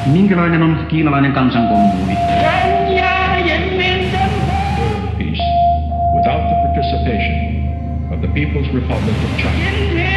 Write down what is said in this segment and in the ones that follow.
Minkälainen on kiinalainen kansankommuuni? Peace without the participation of the People's Republic of China.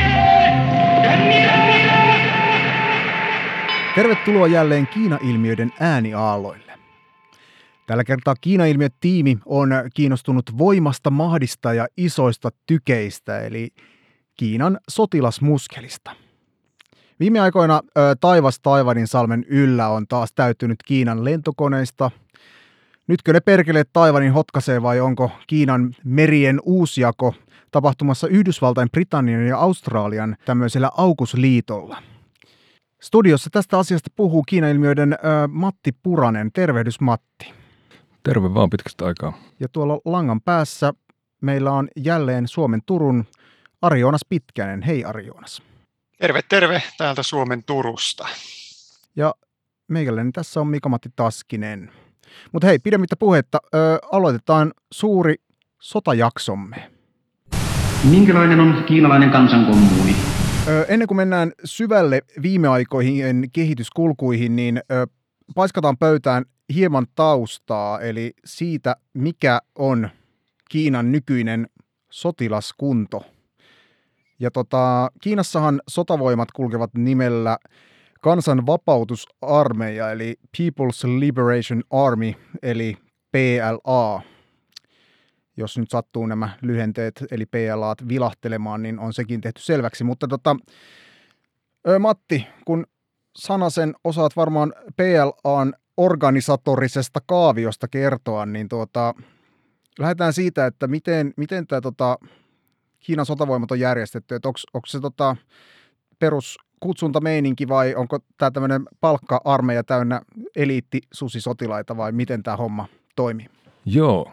Tervetuloa jälleen Kiina-ilmiöiden ääniaalloille. Tällä kertaa Kiina-ilmiöt-tiimi on kiinnostunut voimasta, mahdista ja isoista tykeistä, eli Kiinan sotilasmuskelista. Viime aikoina taivas Taiwanin salmen yllä on taas täyttynyt Kiinan lentokoneista. Nytkö ne perkeleet Taiwanin hotkaisee vai onko Kiinan merien uusjako tapahtumassa Yhdysvaltain, Britannian ja Australian tämmöisellä AUKUS-liitolla? Studiossa tästä asiasta puhuu Kiina-ilmiöiden Matti Puranen. Tervehdys Matti. Terve vaan pitkästä aikaa. Ja tuolla langan päässä meillä on jälleen Suomen Turun Ari-Joonas Pitkänen. Hei Ari-Joonas. Terve täältä Suomen Turusta. Ja meikäläinen tässä on Mika-Matti Taskinen. Mutta hei, pidemmittä puhetta, aloitetaan suuri sotajaksomme. Minkälainen on kiinalainen kansankommuuni? Ennen kuin mennään syvälle viime aikoihin kehityskulkuihin, niin paiskataan pöytään hieman taustaa, eli siitä, mikä on Kiinan nykyinen sotilaskunto. Ja Kiinassahan sotavoimat kulkevat nimellä Kansanvapautusarmeija, eli People's Liberation Army, eli PLA. Jos nyt sattuu nämä lyhenteet, eli PLAt vilahtelemaan, niin on sekin tehty selväksi. Mutta Matti, kun sanasen osaat varmaan PLAn organisatorisesta kaaviosta kertoa, niin lähdetään siitä, että miten tämä Kiinan sotavoimat on järjestetty. Onko se peruskutsuntameininki vai onko tämä tämmöinen palkka-armeija täynnä eliittisusisotilaita vai miten tämä homma toimii? Joo,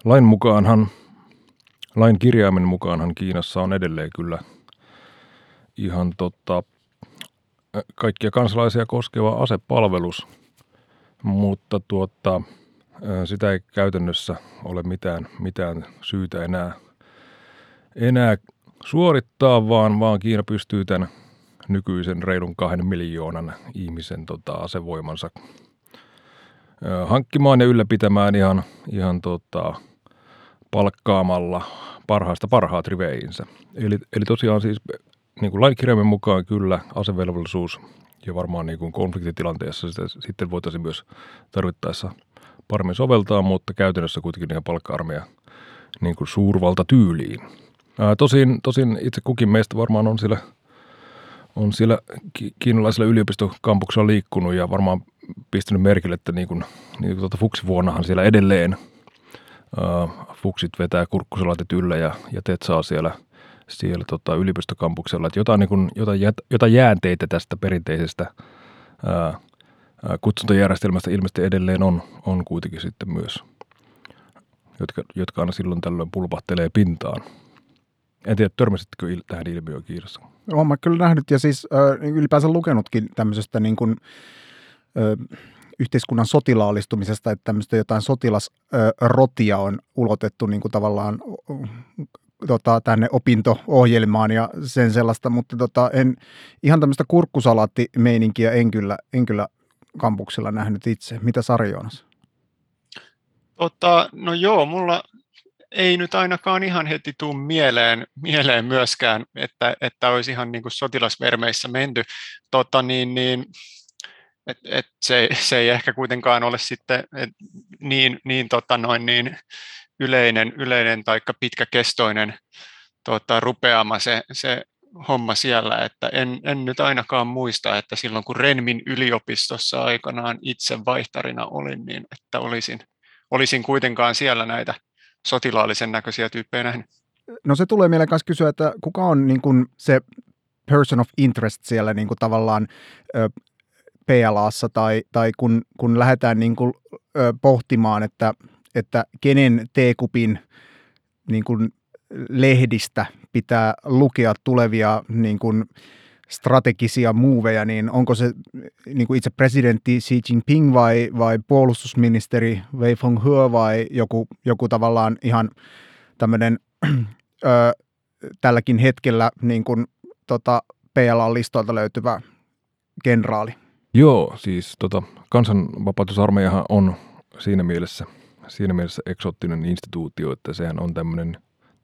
lain kirjaimen mukaanhan Kiinassa on edelleen kyllä ihan kaikkia kansalaisia koskeva asepalvelus, mutta sitä ei käytännössä ole mitään syytä enää suorittaa, vaan Kiina pystyy tämän nykyisen reilun 2 miljoonan ihmisen asevoimansa hankkimaan ja ylläpitämään ihan palkkaamalla parhaat riveihinsä. Eli tosiaan siis niin kuin laikirjaimen mukaan kyllä asevelvollisuus ja varmaan niin kuin konfliktitilanteessa sitä sitten voitaisiin myös tarvittaessa paremmin soveltaa, mutta käytännössä kuitenkin ihan palkka-armeija niin kuin suurvaltatyyliin. Tosin itse kukin meistä varmaan on siellä kiinalaisella yliopistokampuksella liikkunut ja varmaan pistänyt merkille, että fuksivuonnahan siellä edelleen fuksit vetää kurkkusalaatit yllä ja tetsaa siellä yliopistokampuksella. Että jotain jäänteitä tästä perinteisestä kutsuntajärjestelmästä ilmeisesti edelleen on kuitenkin sitten myös, jotka aina silloin tällöin pulpahtelee pintaan. En tiedä, törmäsittekö tähän ilmiöön Kiinassa? Olen mä kyllä nähnyt ja siis ylipäänsä lukenutkin tämmöisestä niin kuin, yhteiskunnan sotilaallistumisesta, että tämmöistä jotain sotilasrotia on ulotettu niin kuin tavallaan tänne opinto-ohjelmaan ja sen sellaista, mutta en ihan tämmöistä kurkkusalaattimeininkiä en kyllä kampuksella nähnyt itse. Mitä Ari-Joonas? No joo, mulla ei nyt ainakaan ihan heti tule mieleen myöskään, että olisi ihan niin kuin sotilasvermeissä menty. Se ei ehkä kuitenkaan ole sitten niin yleinen tai pitkäkestoinen rupeama se homma siellä, että en nyt ainakaan muista, että silloin kun Renmin yliopistossa aikanaan itse vaihtarina olin, niin että olisin kuitenkaan siellä näitä sotilaallisen näköisiä tyyppejä nähnyt. No se tulee mieleen kanssa kysyä, että kuka on niin kuin se person of interest siellä niin kuin tavallaan PLAssa tai kun lähdetään niin kuin pohtimaan, että kenen teekupin niin kuin lehdistä pitää lukea tulevia niin kuin strategisia muuveja, niin onko se niin kuin itse presidentti Xi Jinping vai puolustusministeri Wei Fenghe vai joku tavallaan ihan tämmöinen tälläkin hetkellä niin kuin PLA-listoilta löytyvä kenraali? Joo, siis kansanvapautusarmeijahan on siinä mielessä eksoottinen instituutio, että sehän on tämmöinen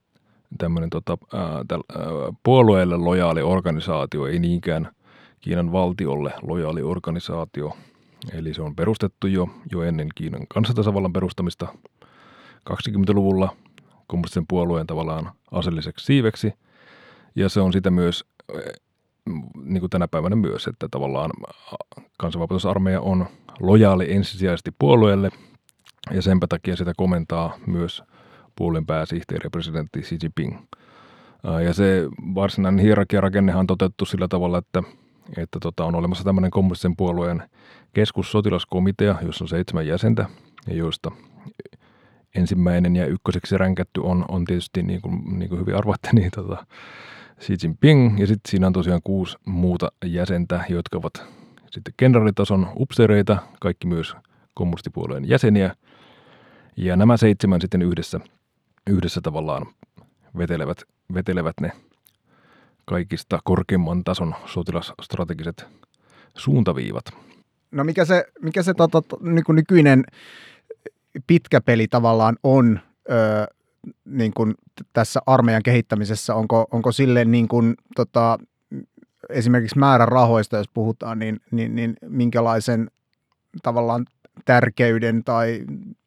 puolueelle lojaali organisaatio, ei niinkään Kiinan valtiolle lojaali organisaatio. Eli se on perustettu jo ennen Kiinan kansantasavallan perustamista 20-luvulla kommunistisen puolueen tavallaan aseelliseksi siiveksi. Ja se on sitä myös, niin kuin tänä päivänä myös, että tavallaan kansanvapautusarmeija on lojaali ensisijaisesti puolueelle ja senpä takia sitä komentaa myös puolueen pääsihteeri ja presidentti Xi Jinping. Ja se varsinainen hierarkiarakennehan on toteutettu sillä tavalla, että on olemassa tämmöinen kommunistisen puolueen keskussotilaskomitea, jossa on 7 jäsentä ja joista ensimmäinen ja ykköseksi ränkätty on tietysti niin kuin hyvin arvaatte, niin Xi Jinping, ja sitten siinä on tosiaan 6 muuta jäsentä, jotka ovat sitten kenraalitason upseereita, kaikki myös kommunistipuolueen jäseniä, ja nämä 7 sitten yhdessä tavallaan vetelevät ne kaikista korkeimman tason sotilasstrategiset suuntaviivat. No mikä se niin kuin nykyinen pitkä peli tavallaan on niin kuin tässä armeijan kehittämisessä? Onko sille niin kuin, esimerkiksi määrärahoista, jos puhutaan, niin minkälaisen tavallaan tärkeyden tai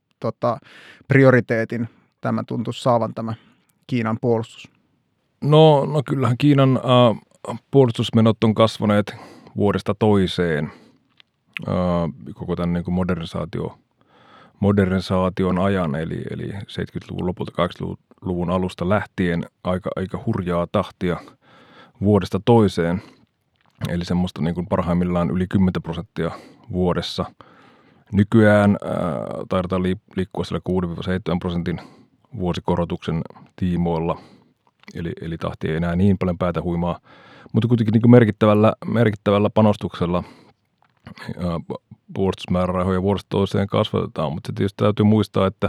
prioriteetin tämä tuntuisi saavan tämä Kiinan puolustus? No kyllähän Kiinan puolustusmenot on kasvaneet vuodesta toiseen koko tämän niin kuin modernisaation ajan, eli 70-luvun lopulta 80-luvun alusta lähtien aika hurjaa tahtia vuodesta toiseen, eli semmoista niin kuin parhaimmillaan yli 10% vuodessa. Nykyään taidetaan liikkua siellä 6-7% vuosikorotuksen tiimoilla, eli tahti ei enää niin paljon päätä huimaa, mutta kuitenkin niin kuin merkittävällä panostuksella puolustusmäärärahoja vuodesta toiseen kasvatetaan, mutta se tietysti täytyy muistaa, että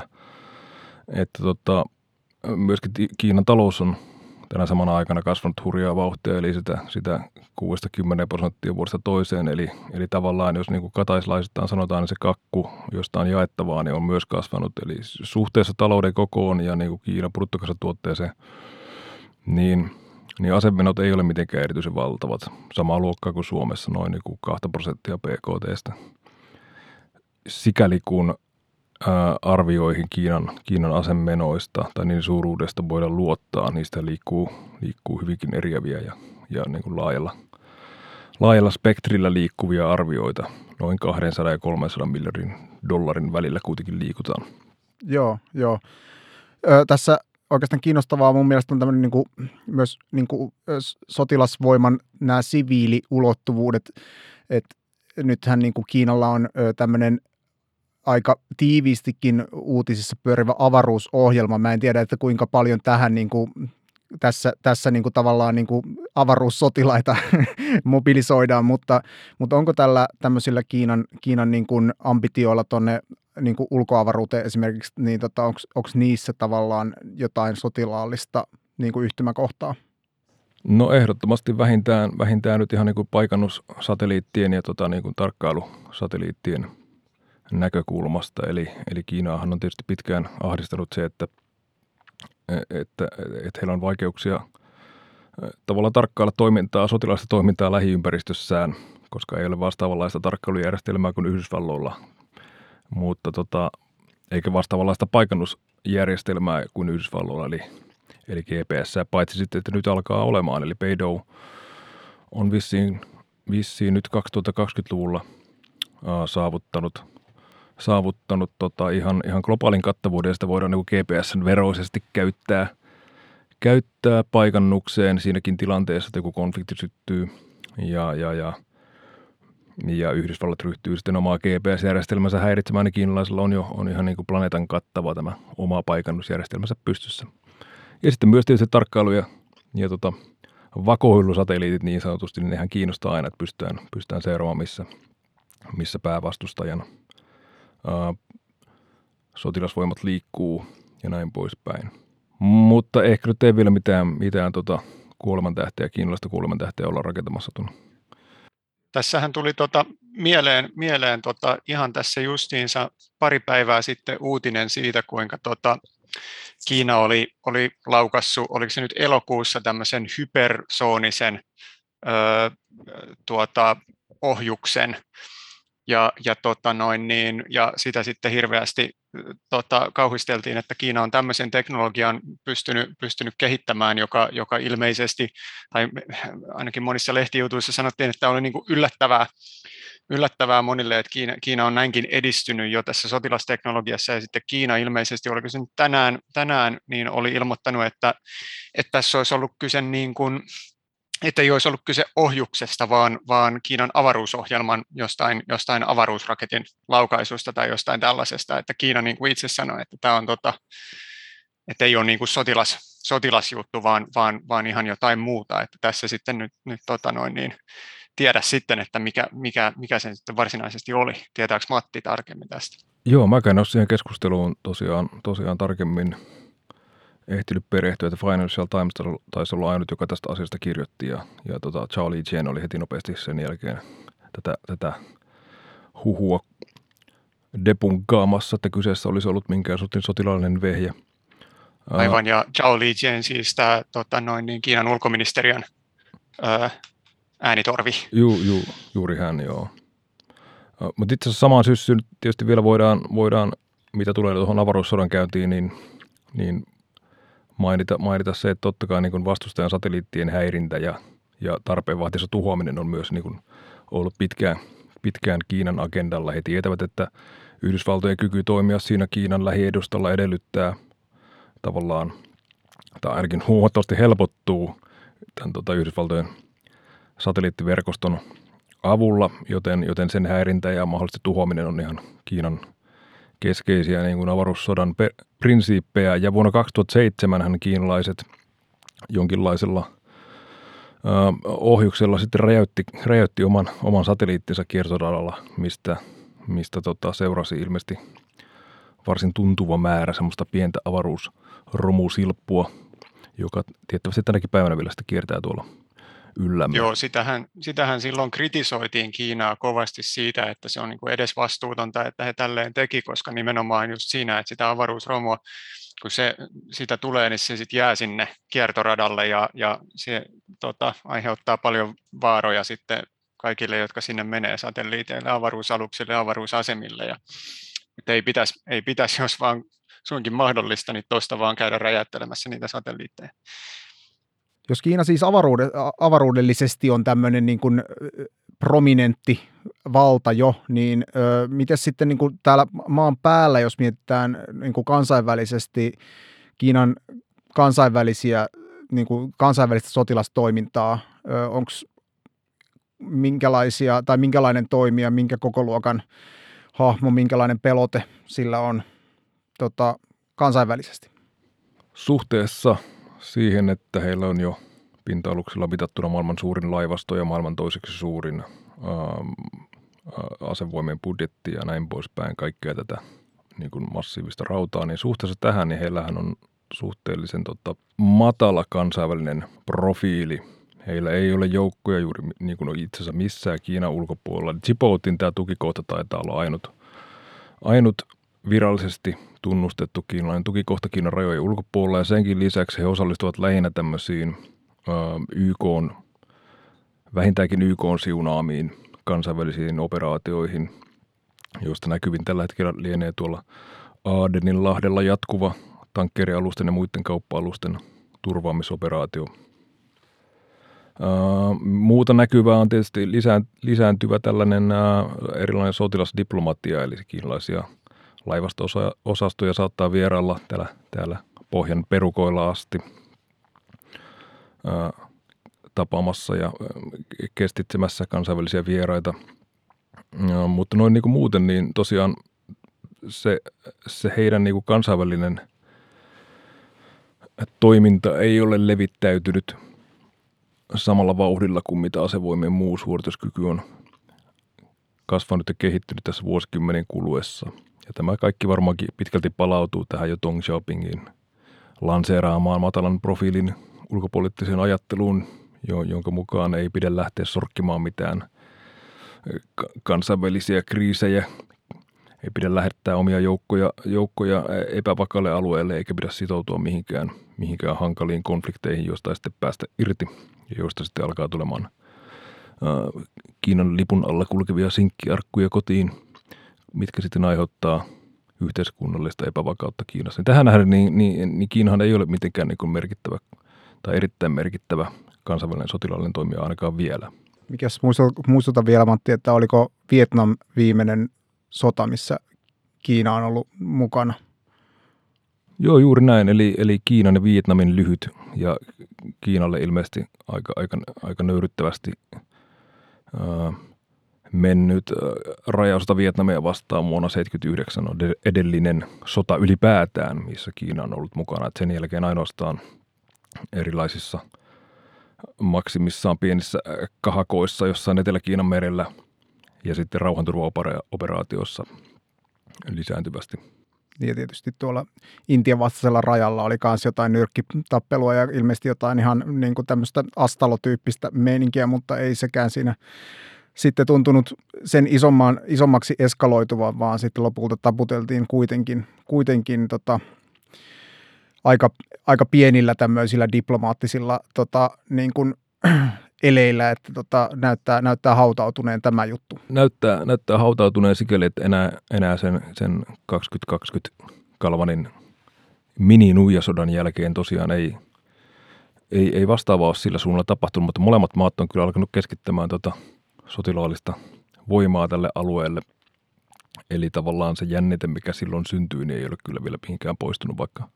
myöskin Kiinan talous on tänä samana aikana kasvanut hurjaa vauhtia, eli sitä 6-10% vuodesta toiseen, eli tavallaan jos niin kuin kataislaisittain sanotaan, niin se kakku, josta on jaettavaa, niin on myös kasvanut, eli suhteessa talouden kokoon ja niin kuin Kiinan bruttokansantuotteeseen, niin asemenot ei ole mitenkään erityisen valtavat, samaa luokkaa kuin Suomessa, noin niin kuin 2% BKT:stä. Sikäli kun arvioihin Kiinan asemenoista tai niin suuruudesta voidaan luottaa, niistä liikkuu hyvinkin eriäviä ja niin kuin laajalla spektrillä liikkuvia arvioita. Noin 200 ja 300 miljardin dollarin välillä kuitenkin liikutaan. Joo. Tässä oikeastaan kiinnostavaa mun mielestä on tämmöinen niin kuin, myös niin kuin sotilasvoiman nämä siviiliulottuvuudet, että nythän niin kuin Kiinalla on tämmöinen aika tiiviistikin uutisissa pyörivä avaruusohjelma. Mä en tiedä, että kuinka paljon tähän niin kuin, tässä niin kuin tavallaan niin kuin avaruussotilaita mobilisoidaan, mutta onko tämmöisillä Kiinan niin kuin ambitioilla tuonne niin kuin ulkoavaruuteen esimerkiksi, niin onko niissä tavallaan jotain sotilaallista niin kuin yhtymäkohtaa? No ehdottomasti vähintään nyt ihan niin kuin paikannussatelliittien ja niin kuin tarkkailusatelliittien näkökulmasta. Eli Kiinaahan on tietysti pitkään ahdistanut se, että heillä on vaikeuksia tavallaan tarkkailla sotilaista toimintaa lähiympäristössään, koska ei ole vastaavanlaista tarkkailujärjestelmää kuin Yhdysvalloilla, mutta eikä vastaavanlaista paikannusjärjestelmää kuin Yhdysvalloilla, eli GPS, paitsi sitten, että nyt alkaa olemaan, eli Beidou on vissiin nyt 2020-luvulla saavuttanut ihan globaalin kattavuuden, ja sitä voidaan niin kuin GPS:n veroisesti käyttää paikannukseen siinäkin tilanteessa, että joku konflikti syttyy ja Yhdysvallat ryhtyy sitten omaa GPS-järjestelmänsä häiritsemään, niin kiinalaisilla on ihan niin kuin planeetan kattava tämä oma paikannusjärjestelmänsä pystyssä. Ja sitten myös tietysti tarkkailu ja vakoilusatelliitit niin sanotusti, niin nehän kiinnostaa aina, että pystytään seuraamaan, missä päävastustajan sotilasvoimat liikkuu ja näin poispäin. Mutta ehkä nyt ei vielä mitään kuolemantähteä, kiinalaista kuolemantähteä olla rakentamassa tuonne. Tässähän tuli mieleen ihan tässä justiinsa pari päivää sitten uutinen siitä, kuinka Kiina oli laukassut, oliko se nyt elokuussa tämmöisen hypersoonisen ohjuksen, ja sitä sitten hirveästi kauhisteltiin, että Kiina on tämmöisen teknologian pystynyt kehittämään, joka ilmeisesti, tai ainakin monissa lehtijutuissa sanottiin, että oli niin kuin yllättävää monille, että Kiina on näinkin edistynyt jo tässä sotilasteknologiassa, ja sitten Kiina ilmeisesti, oliko se nyt tänään niin oli ilmoittanut, että tässä olisi ollut kyse niin kuin, että ei olisi ollut kyse ohjuksesta, vaan Kiinan avaruusohjelman jostain avaruusraketin laukaisusta tai jostain tällaisesta, että Kiina niin kuin itse sanoi, että tämä on että ei ole niin kuin sotilasjuttu, vaan ihan jotain muuta, että tässä sitten nyt tiedä sitten, että mikä se sitten varsinaisesti oli. Tietääkö Matti tarkemmin tästä? Joo, mä en ole siihen keskusteluun tosiaan tarkemmin ehtinyt perehtyä, että Financial Times taisi olla ainut, joka tästä asiasta kirjoitti, ja Charlie Chen oli heti nopeasti sen jälkeen tätä huhua debunkkaamassa, että kyseessä olisi ollut minkään sotilaallinen vehje. Aivan, ja Zhao Lijian, siis tämä Kiinan ulkoministeriön äänitorvi. Juuri hän, joo. Mutta itse asiassa samaan syssyyn tietysti vielä voidaan mitä tulee tuohon avaruussodan käyntiin, niin mainita se, että totta kai niin vastustajan satelliittien häirintä ja tarpeenvaatiessa tuhoaminen on myös niin ollut pitkään Kiinan agendalla. He tietävät, että Yhdysvaltojen kyky toimia siinä Kiinan lähiedustalla edellyttää tavallaan, tai ainakin huomattavasti helpottuu tämän Yhdysvaltojen satelliittiverkoston avulla, joten sen häirintä ja mahdollisesti tuhoaminen on ihan Kiinan keskeisiä niin kuin avaruussodan prinsiippejä. Ja vuonna 2007 kiinalaiset jonkinlaisella ohjuksella sitten räjäytti oman satelliittinsa kiertoradalla, mistä seurasi ilmeisesti varsin tuntuva määrä semmoista pientä avaruusromusilppua, joka tiettävästi tänäkin päivänä vielä sitä kiertää tuolla yllämme. Joo, sitähän silloin kritisoitiin Kiinaa kovasti siitä, että se on niin kuin edesvastuutonta, että he tälleen teki, koska nimenomaan just siinä, että sitä avaruusromua, kun sitä tulee, niin se sitten jää sinne kiertoradalle ja se aiheuttaa paljon vaaroja sitten kaikille, jotka sinne menee satelliiteille, avaruusaluksille, avaruusasemille. Ja, että ei pitäisi, jos vaan suinkin mahdollista, niin tuosta vaan käydä räjäyttelemässä niitä satelliitteja. Jos Kiina siis avaruudellisesti on tämmöinen niin kuin prominentti valta jo, niin miten sitten niin kuin täällä maan päällä, jos mietitään niin kuin kansainvälisesti Kiinan kansainvälistä sotilastoimintaa, onko minkälainen toimija, minkä kokoluokan hahmo, minkälainen pelote sillä on kansainvälisesti? Suhteessa siihen, että heillä on jo pinta-aluksilla mitattuna maailman suurin laivasto ja maailman toiseksi suurin asevoimien budjetti ja näin poispäin, kaikkea tätä niin kuin massiivista rautaa, niin suhteessa tähän niin heillähän on suhteellisen matala kansainvälinen profiili. Heillä ei ole joukkoja juuri niin kuin itse asiassa missään Kiinan ulkopuolella. Djiboutin tämä tukikohta taitaa olla ainut virallisesti tunnustettu kiinalainen tukikohta Kiinan rajojen ulkopuolella, ja senkin lisäksi he osallistuvat lähinnä tämmöisiin vähintäänkin YK:n siunaamiin kansainvälisiin operaatioihin, joista näkyvin tällä hetkellä lienee tuolla Adeninlahdella jatkuva tankkerialusten ja muiden kauppa-alusten turvaamisoperaatio. Muuta näkyvää on tietysti lisääntyvä tällainen erilainen sotilasdiplomatia, eli kiinalaisia laivasto-osastoja saattaa vierailla täällä pohjan perukoilla asti tapaamassa ja kestitsemässä kansainvälisiä vieraita. Mutta noin niin kuin muuten, niin tosiaan se heidän niin kuin kansainvälinen toiminta ei ole levittäytynyt samalla vauhdilla kuin mitä asevoimien muu suorituskyky on kasvanut ja kehittynyt tässä vuosikymmenen kuluessa. Ja tämä kaikki varmaankin pitkälti palautuu tähän jo Deng Xiaopingin lanseeraamaan matalan profiilin ulkopoliittiseen ajatteluun, jonka mukaan ei pidä lähteä sorkkimaan mitään kansainvälisiä kriisejä. Ei pidä lähettää omia joukkoja epävakaalle alueelle eikä pidä sitoutua mihinkään hankaliin konflikteihin, joista ei sitten päästä irti ja joista sitten alkaa tulemaan Kiinan lipun alla kulkevia sinkkiarkkuja kotiin, mitkä sitten aiheuttaa yhteiskunnallista epävakautta Kiinassa. Tähän nähden niin Kiinahan ei ole mitenkään niin kuin merkittävä tai erittäin merkittävä kansainvälinen sotilaallinen toimija ainakaan vielä. Mikäs muistuta vielä, Matti, että oliko Vietnam viimeinen sota, missä Kiina on ollut mukana? Joo, juuri näin. Eli Kiinan ja Vietnamin lyhyt ja Kiinalle ilmeisesti aika nöyryttävästi mennyt rajausta Vietnamia vastaan vuonna 1979 on edellinen sota ylipäätään, missä Kiina on ollut mukana. Et sen jälkeen ainoastaan erilaisissa maksimissaan pienissä kahakoissa jossain Etelä-Kiinan merellä ja sitten rauhanturvaoperaatioissa lisääntyvästi. Ja tietysti tuolla Intian vastaisella rajalla oli myös jotain nyrkkitappelua ja ilmeisesti jotain ihan niin kuin tämmöistä astalotyyppistä meininkiä, mutta ei sekään siinä sitten tuntunut sen isommaksi eskaloituvan, vaan sitten lopulta taputeltiin kuitenkin aika pienillä tämmöisillä diplomaattisilla niin kuin eleillä, että näyttää hautautuneen tämä juttu. Näyttää hautautuneen sikäli, että enää sen 2020 Galvanin mini-nuijasodan jälkeen tosiaan ei vastaavaa ole sillä suunnalla tapahtunut, mutta molemmat maat on kyllä alkanut keskittämään sotilaallista voimaa tälle alueelle. Eli tavallaan se jännite, mikä silloin syntyi, niin ei ole kyllä vielä mihinkään poistunut, vaikka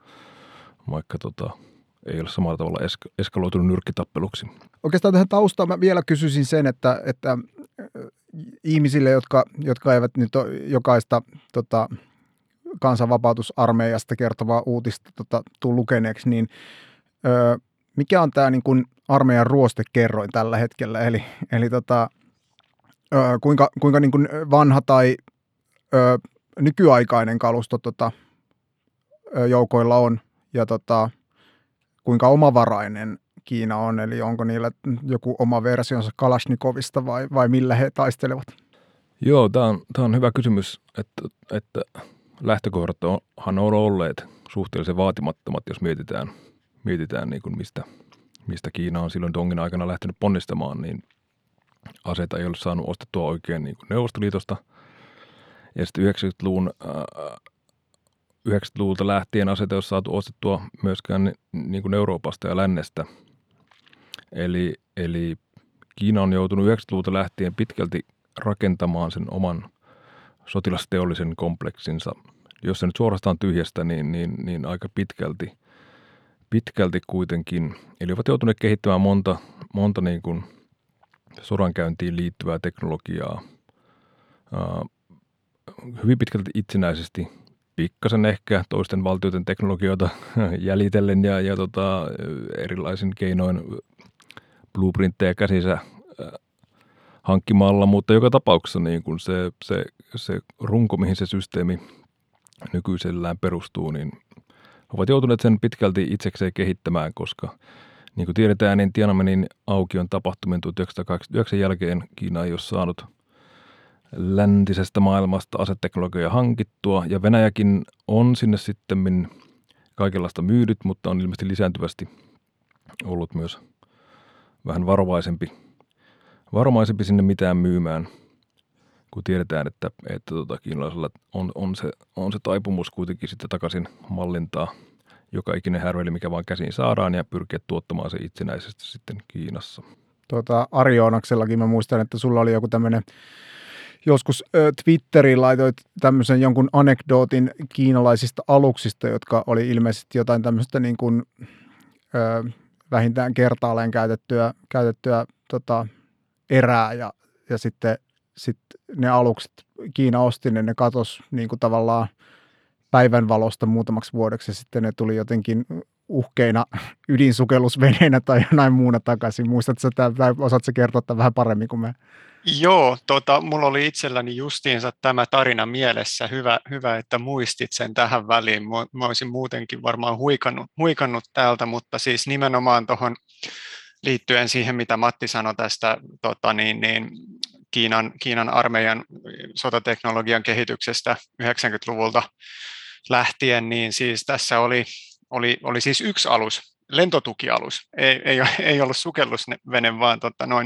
ei ole samalla tavalla eskaloitunut nyrkkitappeluksi. Oikeastaan tähän taustaan mä vielä kysyisin sen, että ihmisille, jotka eivät nyt jokaista kansanvapautusarmeijasta kertovaa uutista tule lukeneeksi, niin mikä on tämä niin kuin armeijan ruostekerroin tällä hetkellä? Eli kuinka niin kuin vanha tai nykyaikainen kalusto joukoilla on ja kuinka omavarainen Kiina on, eli onko niillä joku oma versionsa Kalashnikovista vai millä he taistelevat? Joo, tämä on hyvä kysymys, että lähtökohdathan on olleet suhteellisen vaatimattomat, jos mietitään niin kuin mistä Kiina on silloin Dongin aikana lähtenyt ponnistamaan, niin aseita ei ole saanut ostettua oikein niin kuin Neuvostoliitosta. Ja sitten 90-luvulta lähtien aseita ei ole saatu ostettua myöskään niin kuin Euroopasta ja lännestä. Eli Kiina on joutunut 90-luvulta lähtien pitkälti rakentamaan sen oman sotilasteollisen kompleksinsa. Jos se nyt suorastaan tyhjästä, niin aika pitkälti kuitenkin. Eli ovat joutuneet kehittämään monta niin kuin sodankäyntiin liittyvää teknologiaa hyvin pitkälti itsenäisesti, pikkasen ehkä toisten valtioiden teknologioita jäljitellen ja erilaisin keinoin blueprintteja käsissä hankkimalla, mutta joka tapauksessa niin kun se runko, mihin se systeemi nykyisellään perustuu, niin ovat joutuneet sen pitkälti itsekseen kehittämään, koska niin kuin tiedetään, niin Tiananmenin aukion tapahtumien 1989 jälkeen Kiina ei ole saanut läntisestä maailmasta aseteknologiaa hankittua, ja Venäjäkin on sinne sitten kaikenlaista myydyt, mutta on ilmeisesti lisääntyvästi ollut myös vähän varovaisempi sinne mitään myymään, kun tiedetään, että kiinalaisilla on se taipumus kuitenkin sitten takaisin mallintaa joka ikinen härveli, mikä vaan käsiin saadaan, ja pyrkiä tuottamaan se itsenäisesti sitten Kiinassa. Ari Oonaksellakin mä muistan, että sulla oli joku tämmöinen, joskus Twitteriin laitoit tämmöisen jonkun anekdootin kiinalaisista aluksista, jotka oli ilmeisesti jotain tämmöistä niin kuin vähintään kertaalleen käytettyä erää ja sitten ne alukset, Kiina osti ne katosi niin kuin tavallaan päivänvalosta muutamaksi vuodeksi ja sitten ne tuli jotenkin uhkeina ydinsukellusveneenä tai jonain muuna takaisin. Muistatko tai osaatko kertoa tämän vähän paremmin kuin me? Joo, mulla oli itselläni justiinsa tämä tarina mielessä. Hyvä, että muistit sen tähän väliin. Mä olisin muutenkin varmaan huikannut täältä, mutta siis nimenomaan tuohon liittyen siihen, mitä Matti sanoi tästä Kiinan armeijan sotateknologian kehityksestä 90-luvulta lähtien, niin siis tässä oli siis yksi alus, lentotukialus, ei ollut sukellusvene, vaan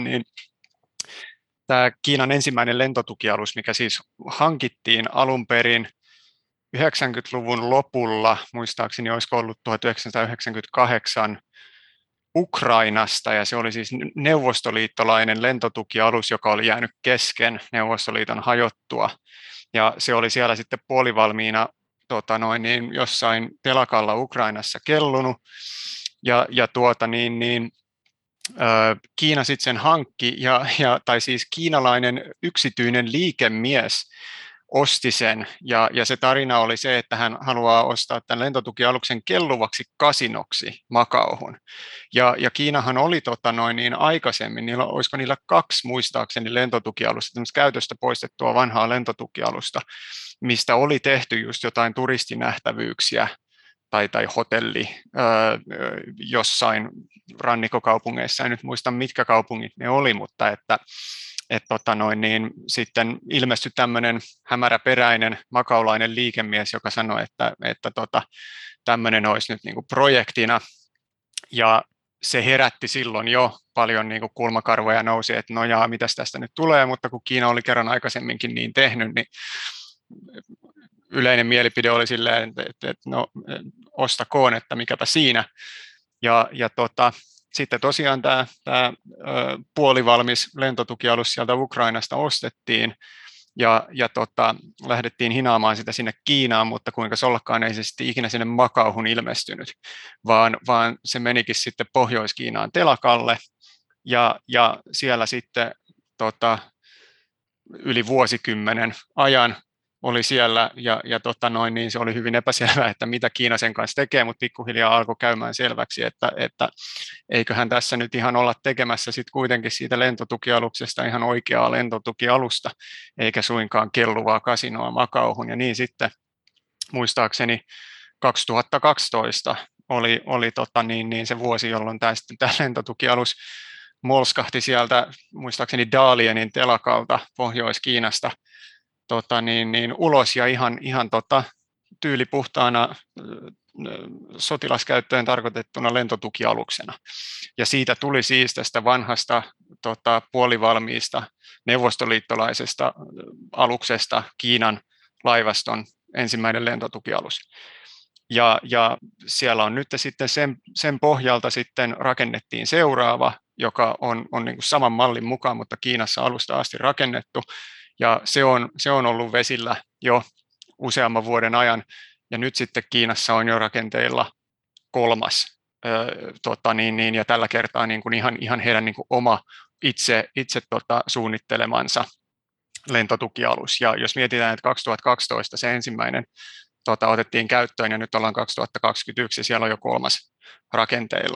tämä Kiinan ensimmäinen lentotukialus, mikä siis hankittiin alun perin 90-luvun lopulla, muistaakseni olisiko ollut 1998 Ukrainasta, ja se oli siis neuvostoliittolainen lentotukialus, joka oli jäänyt kesken Neuvostoliiton hajottua, ja se oli siellä sitten puolivalmiina jossain telakalla Ukrainassa kellunut, ja Kiina sitten sen hankki, tai siis kiinalainen yksityinen liikemies osti sen, ja se tarina oli se, että hän haluaa ostaa tämän lentotukialuksen kelluvaksi kasinoksi Macauhun. Ja Kiinahan oli aikaisemmin, olisiko niillä 2 muistaakseni lentotukialusta, tämmöistä käytöstä poistettua vanhaa lentotukialusta, mistä oli tehty just jotain turistinähtävyyksiä tai hotelli jossain rannikkokaupungeissa, en nyt muista mitkä kaupungit ne oli, mutta että sitten ilmestyi tämmöinen hämäräperäinen makaulainen liikemies, joka sanoi, että tämmöinen olisi nyt niin kuin projektina, ja se herätti silloin jo paljon niin kuin kulmakarvoja nousi, että no jaa, mitäs tästä nyt tulee, mutta kun Kiina oli kerran aikaisemminkin niin tehnyt, niin yleinen mielipide oli silleen, että no ostakoon, että mikäpä siinä, ja sitten tosiaan tämä puolivalmis lentotukialus sieltä Ukrainasta ostettiin ja lähdettiin hinaamaan sitä sinne Kiinaan, mutta kuinka ollakaan ei se sitten ikinä sinne Macauhun ilmestynyt, vaan se menikin sitten Pohjois-Kiinaan telakalle ja siellä sitten yli vuosikymmenen ajan oli siellä niin se oli hyvin epäselvää, että mitä Kiina sen kanssa tekee, mutta pikkuhiljaa alkoi käymään selväksi, että eiköhän tässä nyt ihan olla tekemässä sitten kuitenkin siitä lentotukialuksesta ihan oikeaa lentotukialusta, eikä suinkaan kelluvaa kasinoa Macauhun. Ja niin sitten muistaakseni 2012 oli se vuosi, jolloin tämä lentotukialus molskahti sieltä muistaakseni Dalianin telakalta Pohjois-Kiinasta ulos ja ihan tyylipuhtaana sotilaskäyttöön tarkoitettuna lentotukialuksena. Ja siitä tuli siis tästä vanhasta puolivalmiista neuvostoliittolaisesta aluksesta Kiinan laivaston ensimmäinen lentotukialus. Ja siellä on nyt sitten sen pohjalta sitten rakennettiin seuraava, joka on niin kuin saman mallin mukaan, mutta Kiinassa alusta asti rakennettu. Ja se on ollut vesillä jo useamman vuoden ajan, ja nyt sitten Kiinassa on jo rakenteilla 3. Ja tällä kertaa niin kuin ihan heidän niin kuin oma itse suunnittelemansa lentotukialus. Ja jos mietitään, että 2012 se ensimmäinen otettiin käyttöön, ja nyt ollaan 2021, ja siellä on jo 3. rakenteilla,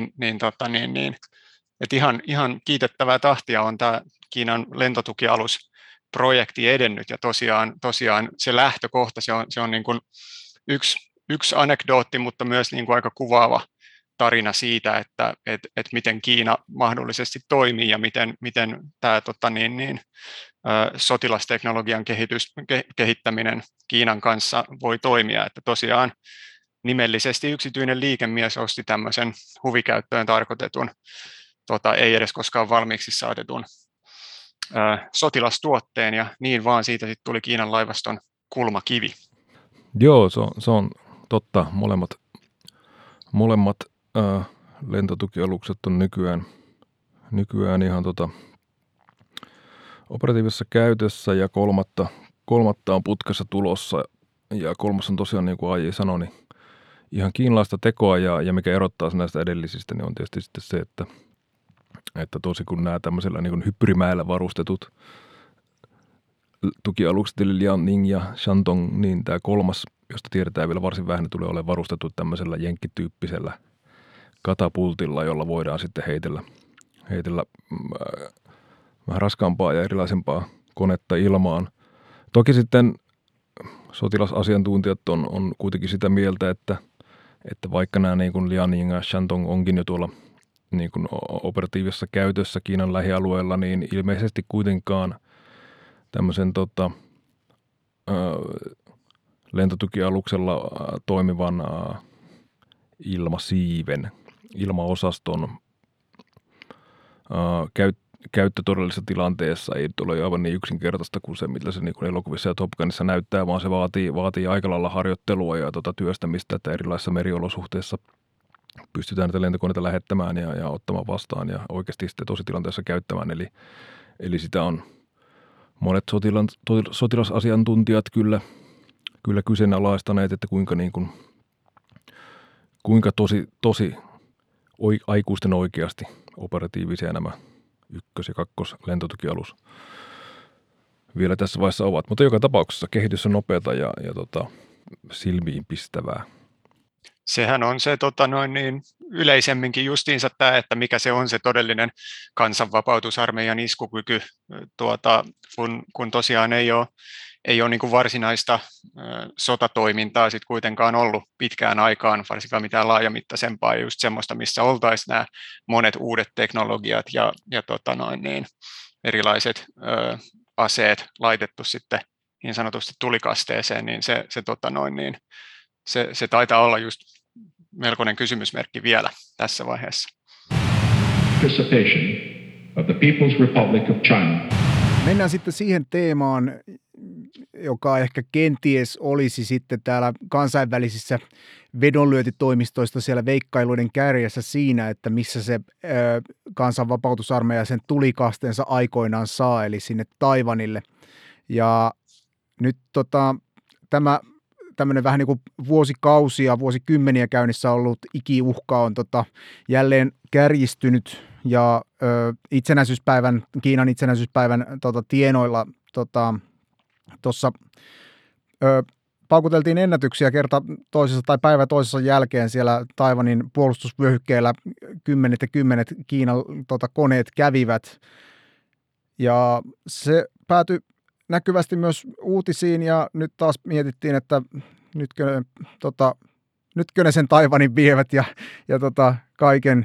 että ihan kiitettävää tahtia on tämä Kiinan lentotukialus projekti edennyt, ja tosiaan se lähtökohta, se on niin kuin yksi anekdootti, mutta myös niin kuin aika kuvaava tarina siitä, että miten Kiina mahdollisesti toimii ja miten tämä sotilasteknologian kehittäminen Kiinan kanssa voi toimia, että tosiaan nimellisesti yksityinen liikemies osti tämmöisen huvikäyttöön tarkoitetun, ei edes koskaan valmiiksi saatetun sotilastuotteen, ja niin vaan siitä sitten tuli Kiinan laivaston kulmakivi. Joo, se on totta. Molemmat lentotukialukset on nykyään ihan operatiivisessa käytössä, ja kolmatta on putkessa tulossa, ja 3. on tosiaan, niin kuin Aiji sanoi, niin ihan kiinalaista tekoa, ja mikä erottaa näistä edellisistä, niin on tietysti sitten se, että tosi kun nämä tämmöisellä niin kuin hyppyrimäellä varustetut tukialukset, eli Liaoning ja Shandong, niin tämä 3, josta tiedetään vielä varsin vähän, tulee olemaan varustettu tämmöisellä jenkkityyppisellä katapultilla, jolla voidaan sitten heitellä vähän raskaampaa ja erilaisempaa konetta ilmaan. Toki sitten sotilasasiantuntijat on kuitenkin sitä mieltä, että vaikka nämä niin kuin Liaoning ja Shandong onkin jo tuolla niin kuin operatiivisessa käytössä Kiinan lähialueella, niin ilmeisesti kuitenkaan tämmöisen lentotukialuksella toimivan ilmasiiven, ilmaosaston käyttö todellisessa tilanteessa ei ole aivan niin yksinkertaista kuin se, mitä se niin kuin elokuvissa ja Top Gunissa näyttää, vaan se vaatii aika lailla harjoittelua ja työstämistä, että erilaisissa meriolosuhteissa pystytään näitä lentokoneita lähettämään ja ottamaan vastaan ja oikeasti sitten tositilanteessa käyttämään. Eli sitä on monet sotilasasiantuntijat kyllä kyseenalaistaneet, että kuinka tosi aikuisten oikeasti operatiivisia nämä ykkös- ja kakkos-lentotukialus vielä tässä vaiheessa ovat. Mutta joka tapauksessa kehitys on nopeata ja silmiin pistävää. Sehän on se yleisemminkin justiinsa tämä, että mikä se on se todellinen kansanvapautusarmeijan iskukyky, kun tosiaan ei ole niin kuin varsinaista sotatoimintaa sit kuitenkaan ollut pitkään aikaan, varsinkaan mitään laajamittaisempaa, just semmoista, missä oltaisiin nämä monet uudet teknologiat ja erilaiset aseet laitettu sitten niin sanotusti tulikasteeseen, niin se taitaa olla just melkoinen kysymysmerkki vielä tässä vaiheessa. Participation of the People's Republic of China. Mennään sitten siihen teemaan, joka ehkä kenties olisi sitten täällä kansainvälisissä vedonlyöntitoimistoista siellä veikkailuiden kärjessä siinä, että missä se kansanvapautusarmeija sen tulikasteensa aikoinaan saa, eli sinne Taiwanille. Ja nyt tämä tämmöinen vähän niin kuin vuosikausia, vuosikymmeniä käynnissä ollut ikiuhka on jälleen kärjistynyt ja Kiinan itsenäisyyspäivän tienoilla tuossa paukuteltiin ennätyksiä kerta toisessa tai päivä toisessa jälkeen siellä Taiwanin puolustusvyöhykkeellä kymmenet ja kymmenet Kiinan koneet kävivät ja se päätyi näkyvästi myös uutisiin ja nyt taas mietittiin, että nytkö ne sen Taiwanin vievät ja kaiken,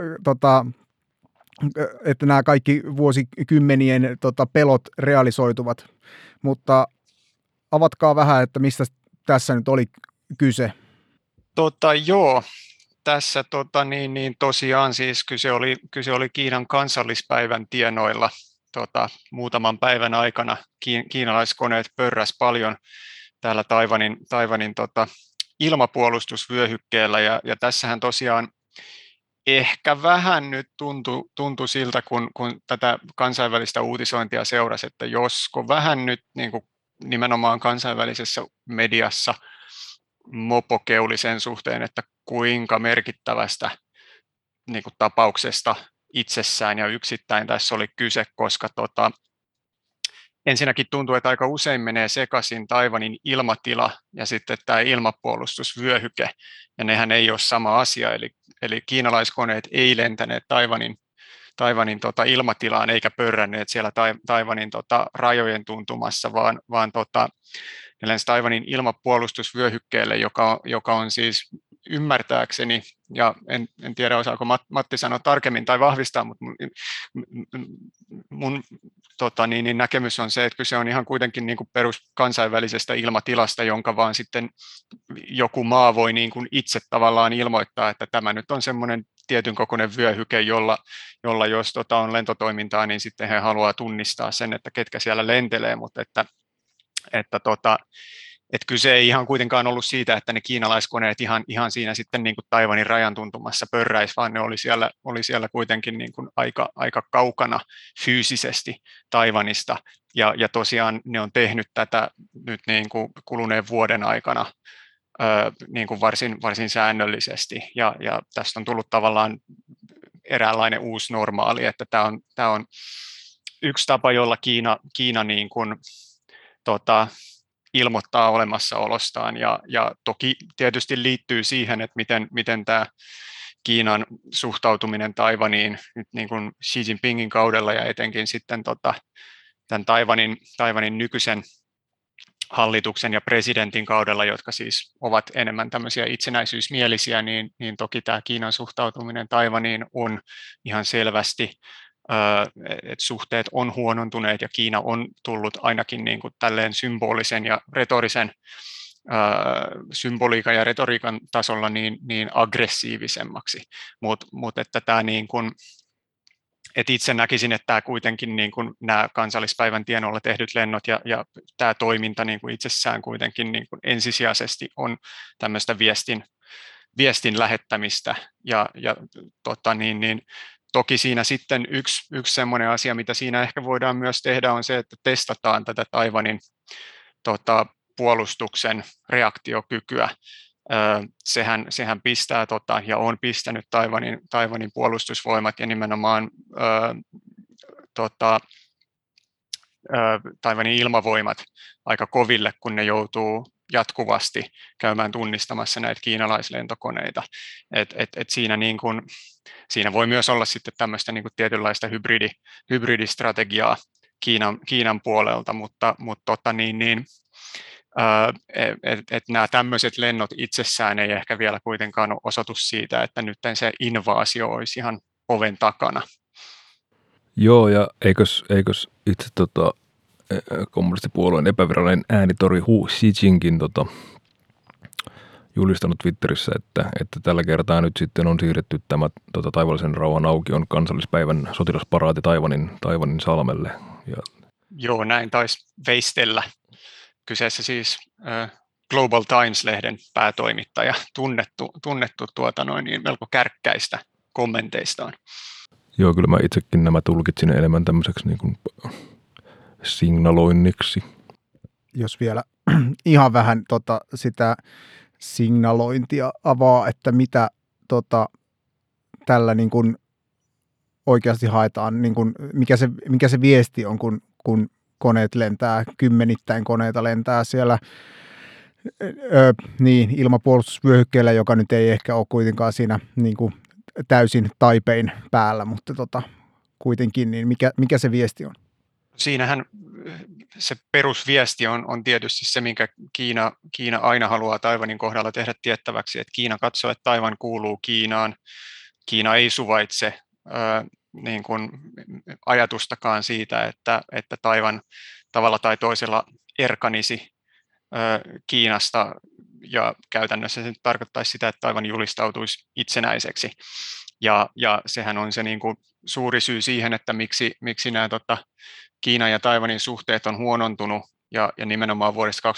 että nämä kaikki vuosikymmenien pelot realisoituvat. Mutta avatkaa vähän, että mistä tässä nyt oli kyse. Joo, tässä tosiaan siis kyse oli Kiinan kansallispäivän tienoilla. Muutaman päivän aikana kiinalaiskoneet pörräs paljon täällä Taiwanin ilmapuolustusvyöhykkeellä ja tässähän tosiaan ehkä vähän nyt tuntui siltä, kun tätä kansainvälistä uutisointia seurasi, että josko vähän nyt niin kuin nimenomaan kansainvälisessä mediassa mopokeuli sen suhteen, että kuinka merkittävästä niin kuin tapauksesta itsessään ja yksittäin tässä oli kyse, koska ensinnäkin tuntuu, että aika usein menee sekaisin Taiwanin ilmatila ja sitten tämä ilmapuolustusvyöhyke, ja nehän ei ole sama asia, eli kiinalaiskoneet ei lentäneet Taiwanin ilmatilaan eikä pörränneet siellä Taiwanin rajojen tuntumassa, vaan ne lensi Taiwanin ilmapuolustusvyöhykkeelle, joka on siis ymmärtääkseni, ja en tiedä osaako Matti sanoa tarkemmin tai vahvistaa, mutta mun näkemys on se, että kyse on ihan kuitenkin niin kuin perus kansainvälisestä ilmatilasta, jonka vaan sitten joku maa voi niin kuin itse tavallaan ilmoittaa, että tämä nyt on semmoinen tietyn kokoinen vyöhyke, jolla jos on lentotoimintaa, niin sitten he haluaa tunnistaa sen, että ketkä siellä lentelee, mutta että kyse ei ihan kuitenkaan ollut siitä, että ne kiinalaiskoneet ihan siinä sitten niin kuin Taiwanin rajan tuntumassa pörräisi, vaan ne oli siellä kuitenkin niin kuin aika kaukana fyysisesti Taiwanista. Ja tosiaan ne on tehnyt tätä nyt niin kuin kuluneen vuoden aikana niin kuin varsin säännöllisesti. Ja tästä on tullut tavallaan eräänlainen uusi normaali, että tämä on yksi tapa, jolla Kiina niin kuin, ilmoittaa olemassaolostaan ja toki tietysti liittyy siihen, että miten tämä Kiinan suhtautuminen Taiwaniin nyt niin kuin Xi Jinpingin kaudella ja etenkin sitten tämän Taiwanin nykyisen hallituksen ja presidentin kaudella, jotka siis ovat enemmän tämmöisiä itsenäisyysmielisiä, niin toki tämä Kiinan suhtautuminen Taiwaniin on ihan selvästi, että suhteet on huonontuneet ja Kiina on tullut ainakin niin kuin tälleen symbolisen ja retorisen symboliikan ja retoriikan tasolla niin aggressiivisemmaksi, mutta että tämä niin kuin, et itse näkisin, että tämä kuitenkin niin kuin nämä kansallispäivän tienoilla tehdyt lennot ja tämä toiminta niin kuin itsessään kuitenkin niin kuin ensisijaisesti on tämmöistä viestin lähettämistä ja toki siinä sitten yksi semmoinen asia, mitä siinä ehkä voidaan myös tehdä, on se, että testataan tätä Taiwanin puolustuksen reaktiokykyä. Sehän pistää ja on pistänyt Taiwanin puolustusvoimat ja nimenomaan Taiwanin ilmavoimat aika koville, kun ne joutuu jatkuvasti käymään tunnistamassa näitä kiinalaislentokoneita. Siinä, niin kun, siinä voi myös olla sitten tämmöistä niin kun tietynlaista hybridistrategiaa Kiinan puolelta, mutta nämä tämmöiset lennot itsessään ei ehkä vielä kuitenkaan ole osoitus siitä, että nyt se invaasio olisi ihan oven takana. Joo, ja eikös itse kommunistipuolueen epävirallinen äänitori Hu Xijinkin julistanut Twitterissä, että tällä kertaa nyt sitten on siirretty tämä taivaallisen rauhan aukion kansallispäivän sotilasparaati Taiwanin salmelle. Joo, näin taisi veistellä. Kyseessä siis Global Times-lehden päätoimittaja, tunnettu melko kärkkäistä kommenteistaan. Joo, kyllä mä itsekin nämä tulkitsin enemmän tämmöiseksi niin kuin signaloinniksi. Jos vielä ihan vähän sitä signalointia avaa, että mitä tällä niin kuin oikeasti haetaan, niin kuin mikä se viesti on, kun koneet lentää, kymmenittäin koneita lentää siellä ilmapuolustusvyöhykkeellä, joka nyt ei ehkä ole kuitenkaan siinä niin kuin täysin Taipein päällä, mutta kuitenkin, niin mikä se viesti on? Siinähän se perusviesti on tietysti se, minkä Kiina aina haluaa Taiwanin kohdalla tehdä tiettäväksi, että Kiina katsoo, että Taiwan kuuluu Kiinaan. Kiina ei suvaitse niin kuin ajatustakaan siitä, että Taiwan tavalla tai toisella erkanisi Kiinasta, ja käytännössä se tarkoittaisi sitä, että Taiwan julistautuisi itsenäiseksi. Ja sehän on se niin kuin suuri syy siihen, että miksi nämä Kiinan ja Taiwanin suhteet on huonontunut, ja nimenomaan vuodesta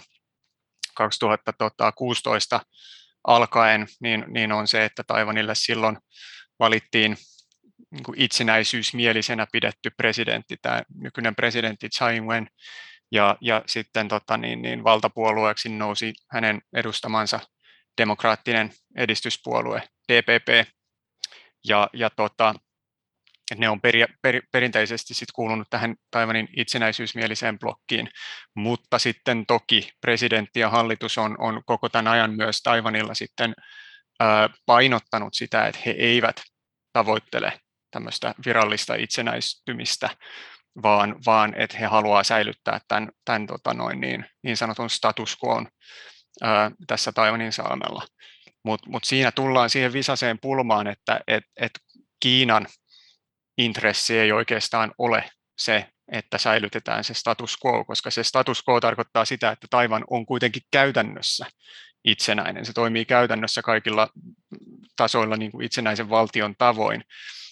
2016 alkaen, niin on se, että Taiwanille silloin valittiin niin kuin itsenäisyysmielisenä pidetty presidentti, tämä nykyinen presidentti Tsai Ing-wen, ja sitten valtapuolueeksi nousi hänen edustamansa demokraattinen edistyspuolue DPP, ja ne on perinteisesti sit kuulunut tähän Taiwanin itsenäisyysmieliseen blokkiin, mutta sitten toki presidentti ja hallitus on koko tämän ajan myös Taiwanilla sitten painottanut sitä, että he eivät tavoittele tämmöistä virallista itsenäistymistä, vaan että he haluaa säilyttää tämän niin sanotun status quoon tässä Taiwanin salmella. Mut siinä tullaan siihen visaiseen pulmaan, että Kiinan intressi ei oikeastaan ole se, että säilytetään se status quo, koska se status quo tarkoittaa sitä, että Taiwan on kuitenkin käytännössä itsenäinen. Se toimii käytännössä kaikilla tasoilla niin kuin itsenäisen valtion tavoin.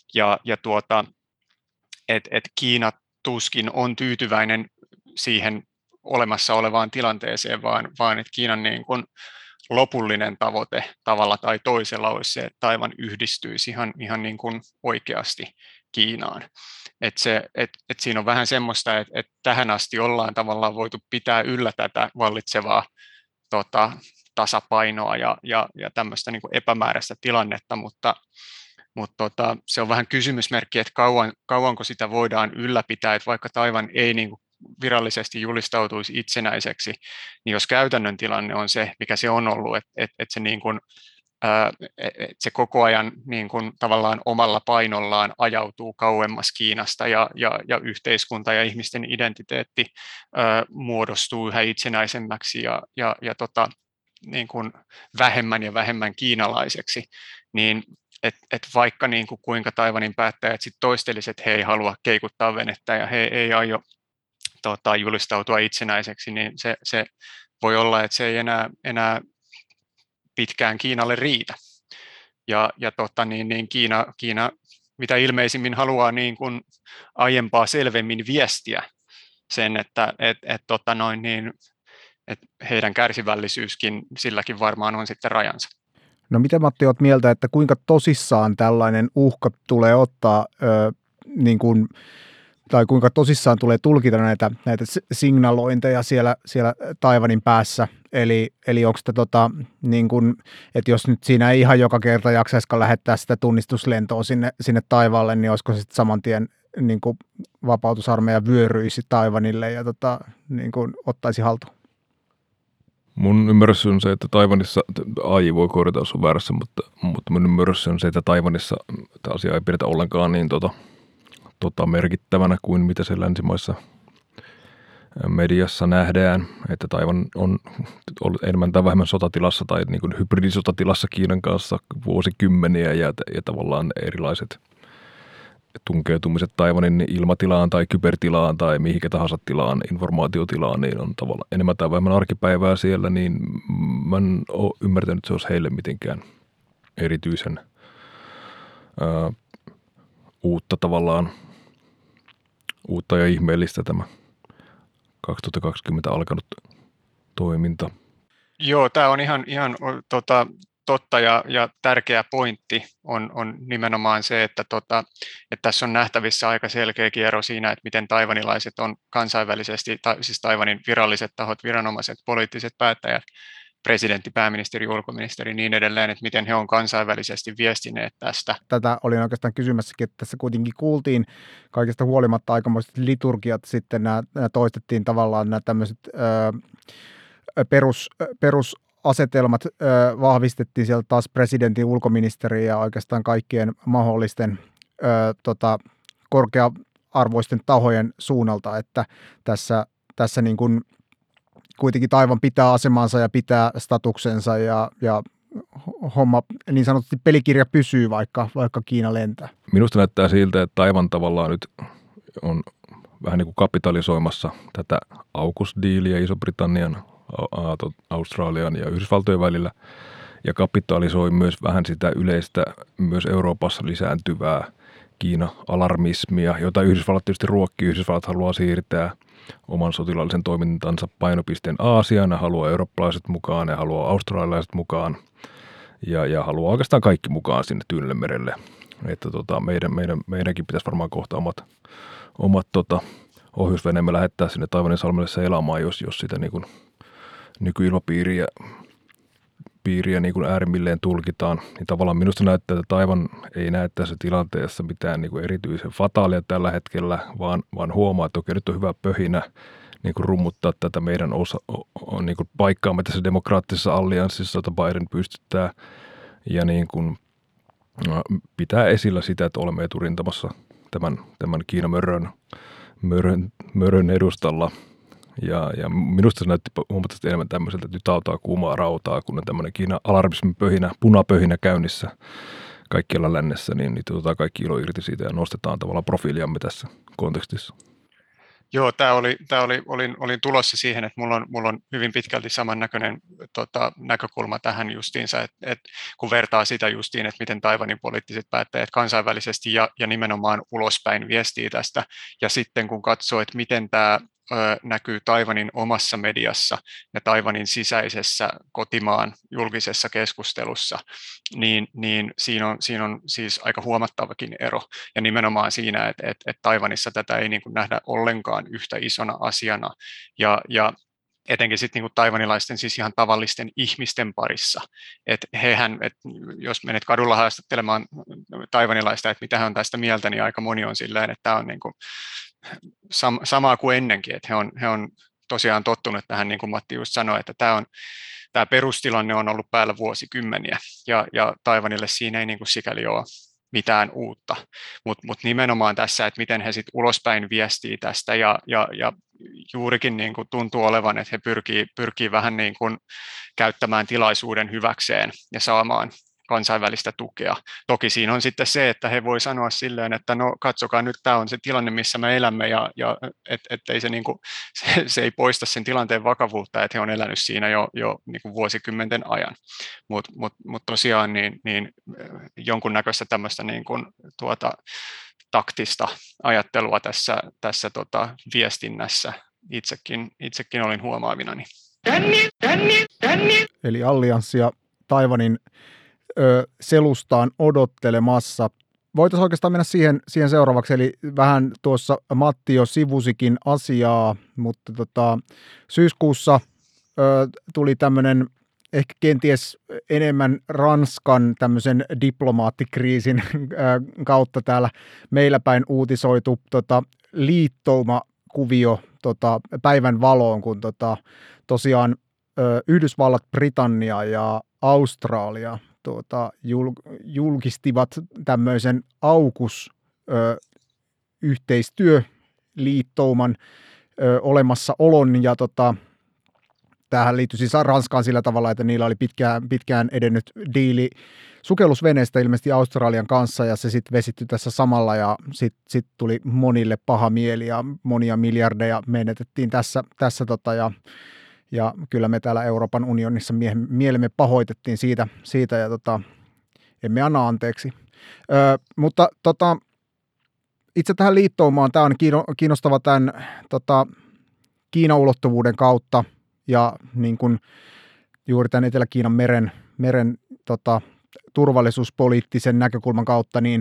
Et Kiina tuskin on tyytyväinen siihen olemassa olevaan tilanteeseen, vaan että Kiinan niin kuin lopullinen tavoite tavalla tai toisella olisi se, että Taiwan yhdistyisi ihan niin kuin oikeasti Kiinaan. Et siinä on vähän semmoista, että tähän asti ollaan tavallaan voitu pitää yllä tätä vallitsevaa tasapainoa ja tämmöistä niin kuin epämääräistä tilannetta, mutta se on vähän kysymysmerkki, että kauanko sitä voidaan ylläpitää, että vaikka Taiwan ei niin kuin virallisesti julistautuisi itsenäiseksi, niin jos käytännön tilanne on se, mikä se on ollut, että se niin kuin se koko ajan niin kuin tavallaan omalla painollaan ajautuu kauemmas Kiinasta ja yhteiskunta ja ihmisten identiteetti muodostuu yhä itsenäisemmäksi niin kuin vähemmän ja vähemmän kiinalaiseksi, niin vaikka niin kuin kuinka Taiwanin päättäjät sit toistelisivat, että he ei halua keikuttaa venettä ja he ei aio julistautua itsenäiseksi, niin se voi olla, että se ei enää pitkään Kiinalle riitä. Kiina mitä ilmeisimmin haluaa niin kuin aiempaa selvemmin viestiä sen, että heidän kärsivällisyyskin silläkin varmaan on sitten rajansa. No mitä Matti olet mieltä, että kuinka tosissaan tällainen uhka tulee ottaa, tai kuinka tosissaan tulee tulkita näitä signalointeja siellä Taiwanin päässä? Eli onko sitä että jos nyt siinä ei ihan joka kerta jaksaisikaan lähettää sitä tunnistuslentoa sinne taivaalle, niin olisiko se sitten saman tien niin kuin vapautusarmeija vyöryisi Taiwanille ja ottaisi haltuun? Mun ymmärrys on se, että Taiwanissa, AI voi korjata, jos on väärässä, mutta mun ymmärrys on se, että Taiwanissa tämä asia ei pidetä ollenkaan niin merkittävänä kuin mitä se länsimaissa mediassa nähdään, että Taiwan on ollut enemmän tai vähemmän sotatilassa tai niin kuin hybridisotatilassa Kiinan kanssa vuosikymmeniä ja tavallaan erilaiset tunkeutumiset Taiwanin ilmatilaan tai kybertilaan tai mihinkä tahansa tilaan, informaatiotilaan, niin on tavallaan enemmän tai vähemmän arkipäivää siellä, niin mä en ole ymmärtänyt, että se olisi heille mitenkään erityisen uutta ja ihmeellistä tämä 2020 alkanut toiminta. Joo, tämä on ihan totta ja tärkeä pointti on nimenomaan se, että tässä on nähtävissä aika selkeäkin ero siinä, että miten taiwanilaiset on kansainvälisesti, siis Taiwanin viralliset tahot, viranomaiset, poliittiset päättäjät, presidentti, pääministeri, ulkoministeri niin edelleen, että miten he on kansainvälisesti viestineet tästä. Tätä olin oikeastaan kysymässäkin, että tässä kuitenkin kuultiin kaikesta huolimatta aikamoiset liturgiat, sitten nämä toistettiin tavallaan nämä tämmöiset perusasetelmat vahvistettiin sieltä taas presidentin, ulkoministerin ja oikeastaan kaikkien mahdollisten korkea-arvoisten tahojen suunnalta, että tässä niin kuin kuitenkin Taiwan pitää asemansa ja pitää statuksensa ja homma, niin sanotusti pelikirja pysyy, vaikka Kiina lentää. Minusta näyttää siltä, että Taiwan tavallaan nyt on vähän niin kuin kapitalisoimassa tätä AUKUS-diiliä Iso-Britannian, Australian ja Yhdysvaltojen välillä ja kapitalisoi myös vähän sitä yleistä, myös Euroopassa lisääntyvää Kiina-alarmismia, jota Yhdysvallat tietysti ruokkii. Yhdysvallat haluaa siirtää oman sotilaallisen toimintansa painopisteen Aasiaan, ja haluaa eurooppalaiset mukaan ja haluaa australialaiset mukaan ja haluaa oikeastaan kaikki mukaan sinne Tyynellemerelle. Että meidänkin pitäisi varmaan kohta omat ohjusveneemme lähettää sinne Taiwanin salmelle seilaamaan, jos sitä niin kuin nykyilmapiiriä niin kuin äärimmilleen tulkitaan, niin tavallaan minusta näyttää, että Taiwan ei näe tässä tilanteessa mitään niin kuin erityisen fataalia tällä hetkellä, vaan huomaa, että okei, nyt on hyvä pöhinä niin kuin rummuttaa tätä meidän niin kuin paikkaamme tässä demokraattisessa allianssissa, jota Biden pystyttää, ja niin kuin pitää esillä sitä, että olemme eturintamassa tämän Kiinan mörön edustalla. Ja minusta se näytti huomattavasti enemmän tämmöiseltä, että nyt autaa kuumaa rautaa, kun on tämmöinen Kiinan alarmismin punapöhinä käynnissä kaikkialla lännessä, niin otetaan kaikki ilo irti siitä ja nostetaan tavallaan profiiliamme tässä kontekstissa. Joo, olin tulossa siihen, että mulla on hyvin pitkälti samannäköinen näkökulma tähän justiinsa, että kun vertaa sitä justiin, että miten Taiwanin poliittiset päättäjät kansainvälisesti ja nimenomaan ulospäin viestii tästä, ja sitten kun katsoo, että miten tämä näkyy Taiwanin omassa mediassa ja Taiwanin sisäisessä kotimaan julkisessa keskustelussa, niin siinä on siis aika huomattavakin ero. Ja nimenomaan siinä, että Taiwanissa tätä ei niin kuin nähdä ollenkaan yhtä isona asiana. Ja etenkin sitten niin taivanilaisten, siis ihan tavallisten ihmisten parissa. Että jos menet kadulla haastattelemaan taivanilaista, että mitä he on tästä mieltä, niin aika moni on silleen, että tämä on niin kuin samaa kuin ennenkin, että he on tosiaan tottunut tähän, niin kuin Matti just sanoi, että tämä on tämä perustilanne on ollut päällä vuosikymmeniä, ja Taiwanille siinä ei niin kuin sikäli ole mitään uutta, mutta nimenomaan tässä, että miten he sitten ulospäin viestii tästä, ja juurikin niin kuin tuntuu olevan, että he pyrkii vähän niin kuin käyttämään tilaisuuden hyväkseen ja saamaan kansainvälistä tukea. Toki siinä on sitten se, että he voi sanoa silleen, että no katsokaa nyt, tämä on se tilanne, missä me elämme, ja ettei se, niin kuin, se ei poista sen tilanteen vakavuutta, että he on elänyt siinä jo niin kuin vuosikymmenten ajan. Mut tosiaan niin jonkunnäköistä tämmöistä niin kuin, taktista ajattelua tässä viestinnässä itsekin olin huomaavinani. Eli allianssia Taiwanin selustaan odottelemassa. Voitaisiin oikeastaan mennä siihen seuraavaksi, eli vähän tuossa Matti jo sivusikin asiaa, mutta syyskuussa tuli tämmöinen ehkä kenties enemmän Ranskan tämmöisen diplomaattikriisin kautta täällä meillä päin uutisoitu liittoumakuvio päivän valoon, kun tosiaan Yhdysvallat, Britannia ja Australia julkistivat tämmöisen AUKUS-yhteistyöliittouman olemassaolon, ja tämähän liittyi siis Ranskaan sillä tavalla, että niillä oli pitkään edennyt diili sukellusveneestä ilmeisesti Australian kanssa, ja se sitten vesittyi tässä samalla, ja sitten tuli monille paha mieli, ja monia miljardeja menetettiin tässä ja kyllä me täällä Euroopan unionissa mielemme pahoitettiin siitä ja emme anna anteeksi. Mutta itse tähän liittoumaan, tämä on kiinnostava tämän Kiinan-ulottuvuuden kautta ja niin kuin juuri tämän Etelä-Kiinan meren turvallisuuspoliittisen näkökulman kautta, niin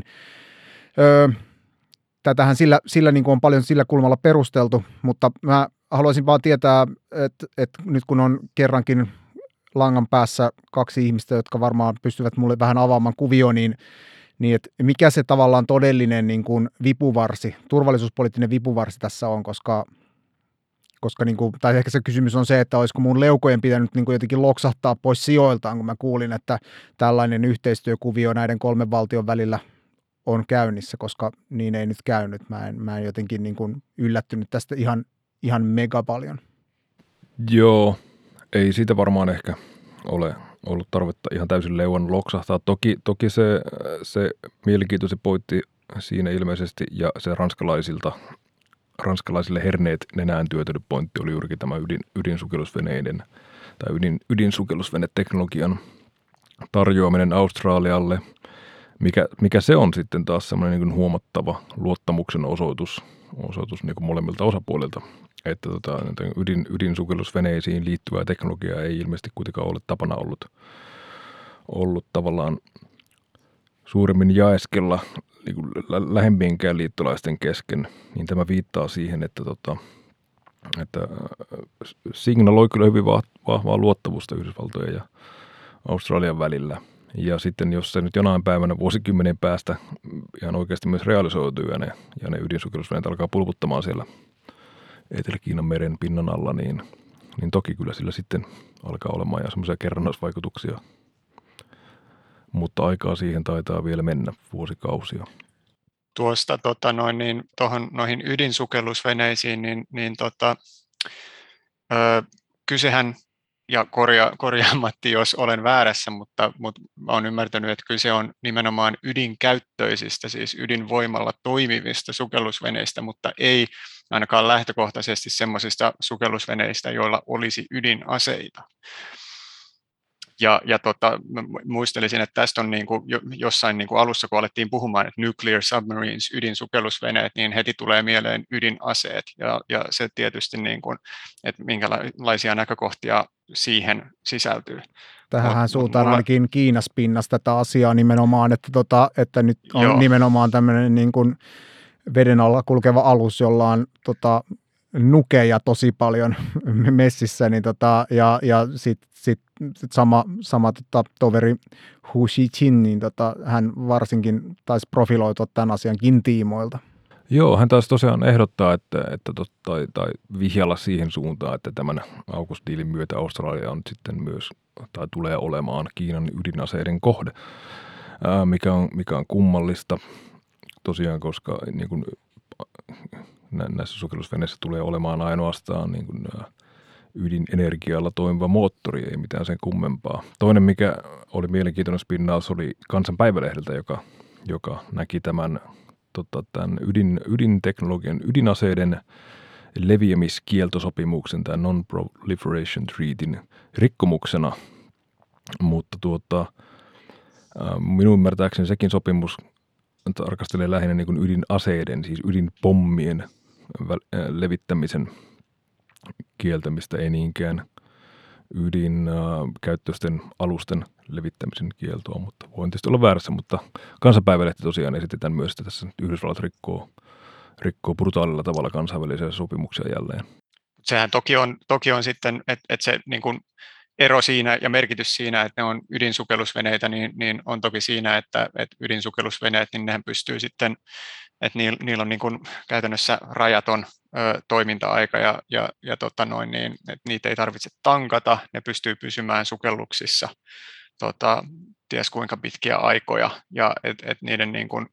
tätähän sillä niin kuin on paljon sillä kulmalla perusteltu, mutta mä haluaisin vaan tietää, että nyt kun on kerrankin langan päässä kaksi ihmistä, jotka varmaan pystyvät mulle vähän avaamaan kuvioon, niin että mikä se tavallaan todellinen niin kuin vipuvarsi, turvallisuuspoliittinen vipuvarsi tässä on, koska niin kuin, tai ehkä se kysymys on se, että olisiko mun leukojen pitänyt niin kuin jotenkin loksahtaa pois sijoiltaan, kun mä kuulin, että tällainen yhteistyökuvio näiden kolmen valtion välillä on käynnissä, koska niin ei nyt käynyt. Mä en jotenkin niin kuin yllättynyt tästä ihan mega paljon. Joo, ei siitä varmaan ehkä ole ollut tarvetta ihan täysin leuan loksahtaa. Toki se mielenkiintoinen pointti siinä ilmeisesti, ja se ranskalaisille herneet nenään työtänyt pointti oli juurikin tämä ydinsukellusveneiden tai ydinsukellusveneteknologian tarjoaminen Australialle, mikä se on sitten taas semmoinen niin kuin huomattava luottamuksen osoitus niin kuin molemmilta osapuolilta, että ydinsukellusveneisiin liittyvää teknologiaa ei ilmeisesti kuitenkaan ole tapana ollut tavallaan suuremmin jaeskella niin kuin lähempienkään liittolaisten kesken, niin tämä viittaa siihen, että signaloi kyllä hyvin vahvaa luottamusta Yhdysvaltojen ja Australian välillä. Ja sitten jos se nyt jonain päivänä vuosikymmenen päästä ihan oikeasti myös realisoituu ja ne ydinsukellusveneet alkaa pulputtamaan siellä Etelä-Kiinan meren pinnan alla, niin toki kyllä sillä sitten alkaa olemaan ja semmoisia kerrannaisvaikutuksia. Mutta aikaa siihen taitaa vielä mennä vuosikausia. Tuosta noihin ydinsukellusveneisiin, kysehän, ja korjaa Matti, jos olen väärässä, mutta olen ymmärtänyt, että kyse on nimenomaan ydinkäyttöisistä, siis ydinvoimalla toimivista sukellusveneistä, mutta ei ainakaan lähtökohtaisesti semmoisista sukellusveneistä, joilla olisi ydinaseita. Ja muistelisin, että tästä on jossain alussa, kun alettiin puhumaan, että nuclear submarines, ydinsukellusveneet, niin heti tulee mieleen ydinaseet. Ja se tietysti, että minkälaisia näkökohtia siihen sisältyy. Tähän suuntaan ainakin Kiinassa pinnasi tätä asiaa nimenomaan, että nyt on nimenomaan tämmöinen niin kuin veden alla kulkeva alus, jolla on nukeja tosi paljon messissä, niin ja sit sama toveri Hu Xichin, niin hän varsinkin taisi profiloitua tämän asiankin tiimoilta. Joo, hän taas tosiaan ehdottaa, tai vihjalla siihen suuntaan, että tämän AUKUS-diilin myötä Australia on sitten myös, tai tulee olemaan Kiinan ydinaseiden kohde, mikä on kummallista tosiaan, koska niin kuin, näissä sukellusveneissä tulee olemaan ainoastaan niin kuin, ydinenergialla toimiva moottori, ei mitään sen kummempaa. Toinen, mikä oli mielenkiintoinen spinnaus, oli Kansan Päivälehdeltä, joka näki tämän ydinteknologian, ydinaseiden leviämiskieltosopimuksen, tämän Non-Proliferation Treatyn rikkomuksena, mutta minun ymmärtääkseni sekin sopimus tarkastelee lähinnä niin kuin ydinaseiden, siis ydinpommien levittämisen kieltämistä, ei niinkään ydinkäyttöisten alusten levittämisen kieltoa, mutta voin tietysti olla väärässä, mutta Kansanpäivälehti tosiaan esitetään myös, että tässä Yhdysvallat rikkoo brutaalilla tavalla kansainvälisiä sopimuksia jälleen. Sehän toki on sitten, että se niin kuin ero siinä ja merkitys siinä, että ne on ydinsukellusveneitä, niin on toki siinä, että ydinsukellusveneet, niin nehän pystyy sitten, että niillä on niin kuin käytännössä rajaton toiminta-aika ja niin, että niitä ei tarvitse tankata, ne pystyy pysymään sukelluksissa ties kuinka pitkiä aikoja ja että niiden niin kuin,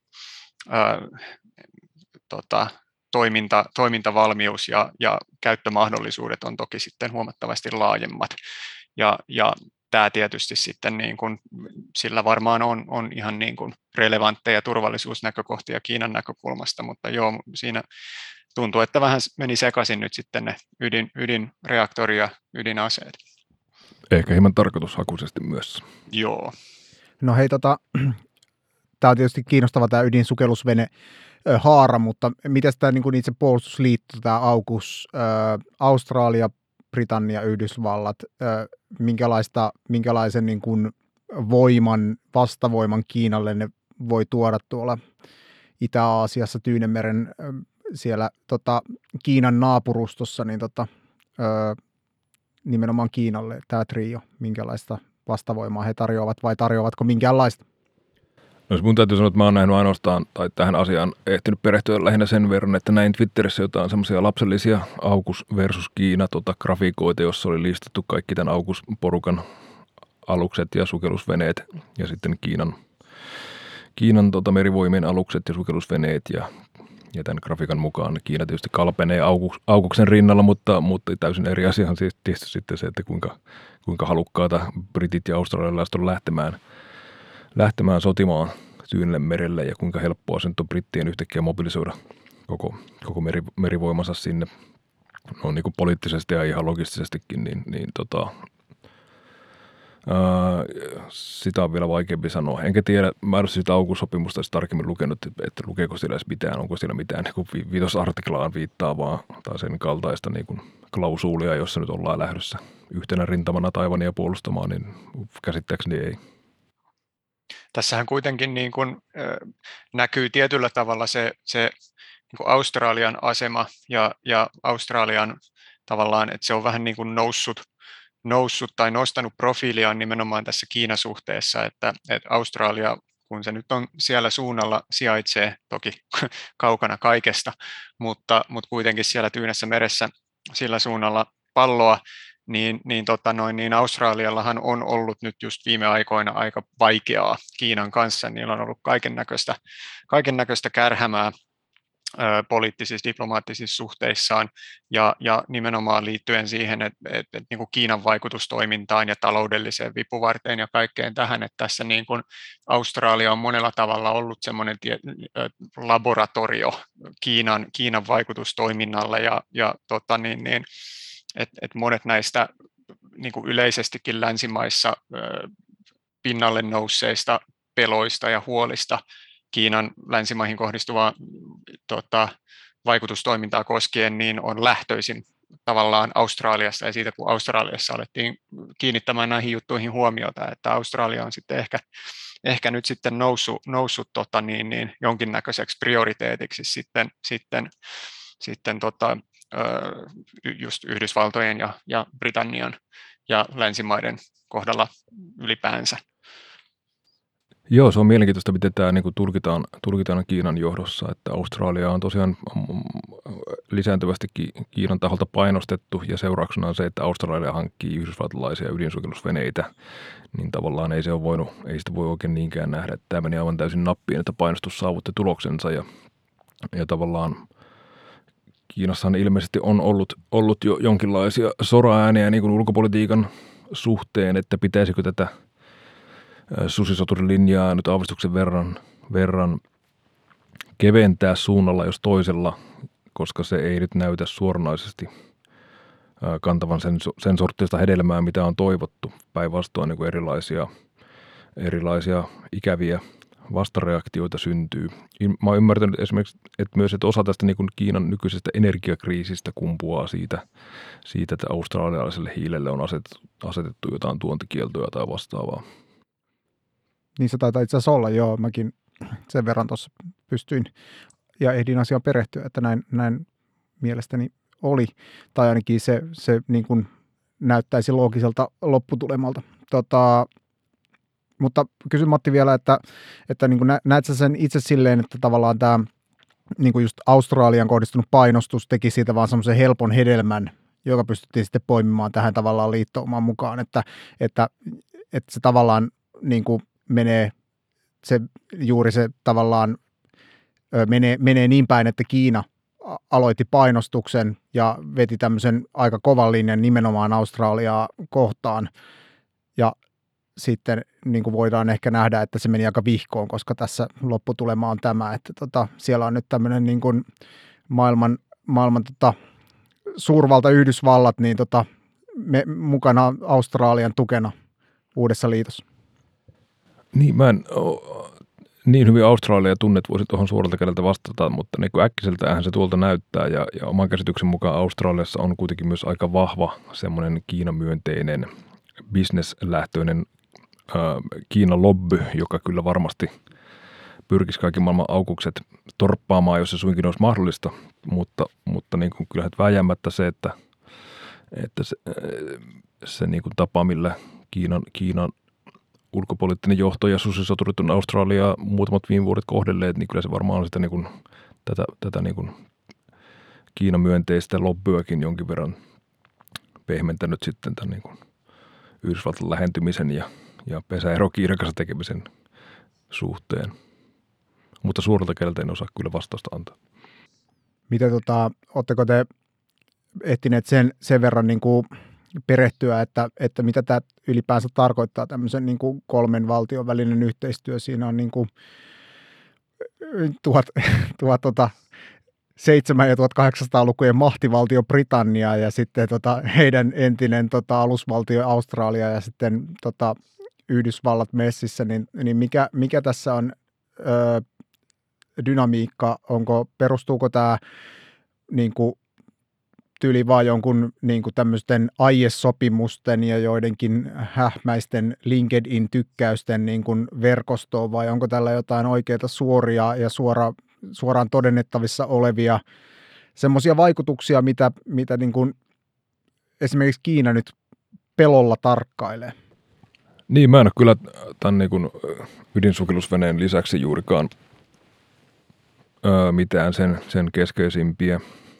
toimintavalmius ja käyttömahdollisuudet on toki sitten huomattavasti laajemmat. Ja tämä tietysti sitten niin kuin, sillä varmaan on ihan niin kuin relevantteja turvallisuusnäkökohtia Kiinan näkökulmasta, mutta joo, siinä tuntuu, että vähän meni sekaisin nyt sitten ne ydinreaktori ja ydinaseet. Ehkä hieman tarkoitushakuisesti myös. Joo. No hei, tämä on tietysti kiinnostava tämä ydinsukellusvene haara, mutta miten tämä niin kuin itse puolustusliitto, tämä AUKUS, Australia, Britannia, Yhdysvallat, minkälaisen niin kuin vastavoiman Kiinalle ne voi tuoda tuolla Itä-Aasiassa, Tyynenmeren siellä Kiinan naapurustossa, niin nimenomaan Kiinalle tämä trio, minkälaista vastavoimaa he tarjoavat vai tarjoavatko minkäänlaista? No mun täytyy sanoa, että mä oon nähnyt ainoastaan, tai tähän asiaan ehtinyt perehtyä lähinnä sen verran, että näin Twitterissä jotain semmoisia lapsellisia AUKUS versus Kiina grafiikoita, jossa oli listattu kaikki tämän AUKUS-porukan alukset ja sukellusveneet ja sitten Kiinan merivoimien alukset ja sukellusveneet ja tämän grafiikan mukaan Kiina tietysti kalpenee AUKUKsen rinnalla, mutta täysin eri asia on siis tietysti sitten se, että kuinka halukkaata britit ja australialaiset on lähtemään sotimaan Tyynelle merelle ja kuinka helppoa sen on brittien yhtäkkiä mobilisoida koko merivoimansa sinne. No niin kuin poliittisesti ja ihan logistisestikin, sitä on vielä vaikeampi sanoa. Enkä tiedä, mä en ole sitä AUKUS-sopimusta tarkemmin lukenut, että lukeeko siellä edes mitään, onko siellä mitään niin viitosartiklaan viittaavaa tai sen kaltaista niin kuin klausuulia, jossa nyt ollaan lähdössä yhtenä rintamana Taiwania puolustamaan, niin käsittääkseni ei. Tässähän kuitenkin niin kuin, näkyy tietyllä tavalla se niin kuin Australian asema ja Australian tavallaan, että se on vähän niin kuin noussut tai nostanut profiiliaan nimenomaan tässä Kiina-suhteessa, että Australia, kun se nyt on siellä suunnalla, sijaitsee toki kaukana kaikesta, mutta kuitenkin siellä Tyynessä meressä sillä suunnalla palloa, niin Australiallahan on ollut nyt just viime aikoina aika vaikeaa Kiinan kanssa. Niillä on ollut kaikennäköistä kärhämää poliittisissa, diplomaattisissa suhteissaan ja nimenomaan liittyen siihen, että niin kuin Kiinan vaikutustoimintaan ja taloudelliseen vipuvarteen ja kaikkeen tähän, että tässä niin kuin Australia on monella tavalla ollut semmoinen laboratorio Kiinan vaikutustoiminnalle ja että monet näistä niin kuin yleisestikin länsimaissa pinnalle nousseista peloista ja huolista Kiinan länsimaihin kohdistuvaa vaikutustoimintaa koskien, niin on lähtöisin tavallaan Australiasta ja siitä, kun Australiassa alettiin kiinnittämään näihin juttuihin huomiota, että Australia on sitten ehkä nyt sitten noussut jonkinnäköiseksi prioriteetiksi sitten just Yhdysvaltojen ja Britannian ja länsimaiden kohdalla ylipäänsä. Joo, se on mielenkiintoista, miten tämä niin kuin tulkitaan Kiinan johdossa, että Australia on tosiaan lisääntyvästi Kiinan taholta painostettu ja seurauksena on se, että Australia hankkii yhdysvaltalaisia ydinsukellusveneitä, niin tavallaan ei sitä voi oikein niinkään nähdä, että tämä meni aivan täysin nappiin, että painostus saavutti tuloksensa ja tavallaan Kiinassahan ilmeisesti on ollut jo jonkinlaisia soraääniä niin kuin ulkopolitiikan suhteen, että pitäisikö tätä susisoturilinjaa nyt aavistuksen verran keventää suunnalla jos toisella, koska se ei nyt näytä suoranaisesti kantavan sen sorttista hedelmää, mitä on toivottu. Päinvastoin niin kuin erilaisia ikäviä vastareaktioita syntyy. Mä oon ymmärtänyt esimerkiksi, että myös että osa tästä niin kuin Kiinan nykyisestä energiakriisistä kumpuaa siitä, että australialaiselle hiilelle on asetettu jotain tuontikieltoja tai vastaavaa. Niin se taitaa itse asiassa olla, joo. Mäkin sen verran tuossa pystyin ja ehdin asiaan perehtyä, että näin mielestäni oli. Tai ainakin se niin kuin näyttäisi loogiselta lopputulemalta. Mutta kysyn Matti vielä, että niin kuin näet sä sen itse silleen, että tavallaan tämä niin kuin just Australian kohdistunut painostus teki siitä vaan semmoisen helpon hedelmän, joka pystyttiin sitten poimimaan tähän tavallaan liittoumaan mukaan, että se tavallaan niin kuin menee juuri se tavallaan menee niin päin, että Kiina aloitti painostuksen ja veti tämmöisen aika kovan linjan nimenomaan Australiaa kohtaan ja sitten niin kuin voidaan ehkä nähdä, että se meni aika vihkoon, koska tässä lopputulema on tämä, että siellä on nyt tämmöinen niin kuin maailman suurvalta Yhdysvallat, niin mukana Australian tukena uudessa liitossa. Niin, mä en niin hyvin Australia tunnet voisi tuohon suoralta kädeltä vastata, mutta niin kuin äkkiseltähän se tuolta näyttää ja oman käsityksen mukaan Australiassa on kuitenkin myös aika vahva semmoinen Kiina-myönteinen bisneslähtöinen Kiinan lobby, joka kyllä varmasti pyrkisi kaikki maailman aukukset torppaamaan, jos se suinkin olisi mahdollista, mutta niin kuin kyllähän vääjäämättä se, että se niin kuin tapa, millä Kiinan ulkopoliittinen johto ja susisoturit on Australiaa muutamat viime vuodet kohdelleet, niin kyllä se varmaan on sitä niin kuin, tätä niin kuin Kiinan myönteistä lobbyäkin jonkin verran pehmentänyt sitten tämän niin kuin Yhdysvaltain lähentymisen ja pesäero Kiinan kanssa tekemisen suhteen. Mutta suoralta kädeltä en osaa kyllä vastausta antaa. Mitä ootteko te ehtineet sen verran niin kuin perehtyä, että mitä tämä ylipäänsä tarkoittaa tämmöisen niin kuin 3 valtion välinen yhteistyö? Siinä on niin kuin 1700- ja 1800-lukujen mahtivaltio Britannia ja sitten heidän entinen alusvaltio Australia ja sitten Yhdysvallat messissä, niin mikä tässä on dynamiikka? Perustuuko tämä niin kuin tyyli vaan jonkun niin kuin tämmöisten aiesopimusten ja joidenkin hähmäisten LinkedIn-tykkäysten niin kuin verkostoon vai onko tällä jotain oikeita suoria ja suoraan todennettavissa olevia semmoisia vaikutuksia, mitä niin kuin esimerkiksi Kiina nyt pelolla tarkkailee? Niin, mä en ole kyllä tämän niin kuin ydinsukellusveneen lisäksi juurikaan mitään sen keskeisimpiä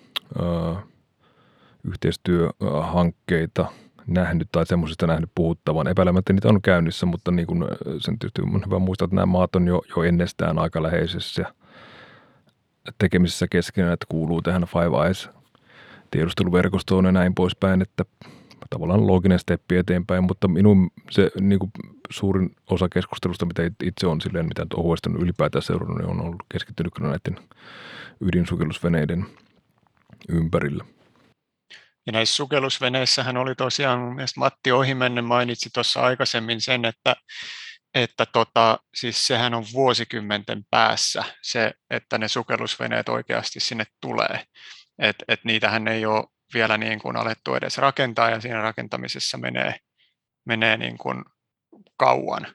yhteistyöhankkeita nähnyt tai semmoisista nähnyt puhuttavan. Epäilemättä niitä on käynnissä, mutta niin kuin sen tietysti on hyvä muistaa, että nämä maat on jo ennestään aika läheisessä tekemisessä keskenään, että kuuluu tähän Five Eyes-tiedusteluverkostoon ja näin poispäin, että tavallaan looginen steppi eteenpäin, mutta minun se niin kuin suurin osa keskustelusta, mitä itse on silleen, mitä on huolestunut ylipäätään seurannut, niin on ollut keskittynyt näiden ydinsukellusveneiden ympärillä. Ja näissä sukellusveneissähän oli tosiaan, mun mielestä Matti Ohimennen mainitsi tuossa aikaisemmin sen, että siis sehän on vuosikymmenten päässä se, että ne sukellusveneet oikeasti sinne tulee. Et niitähän ei ole vielä niin kuin alettu edes rakentaa ja siinä rakentamisessa menee niin kuin kauan.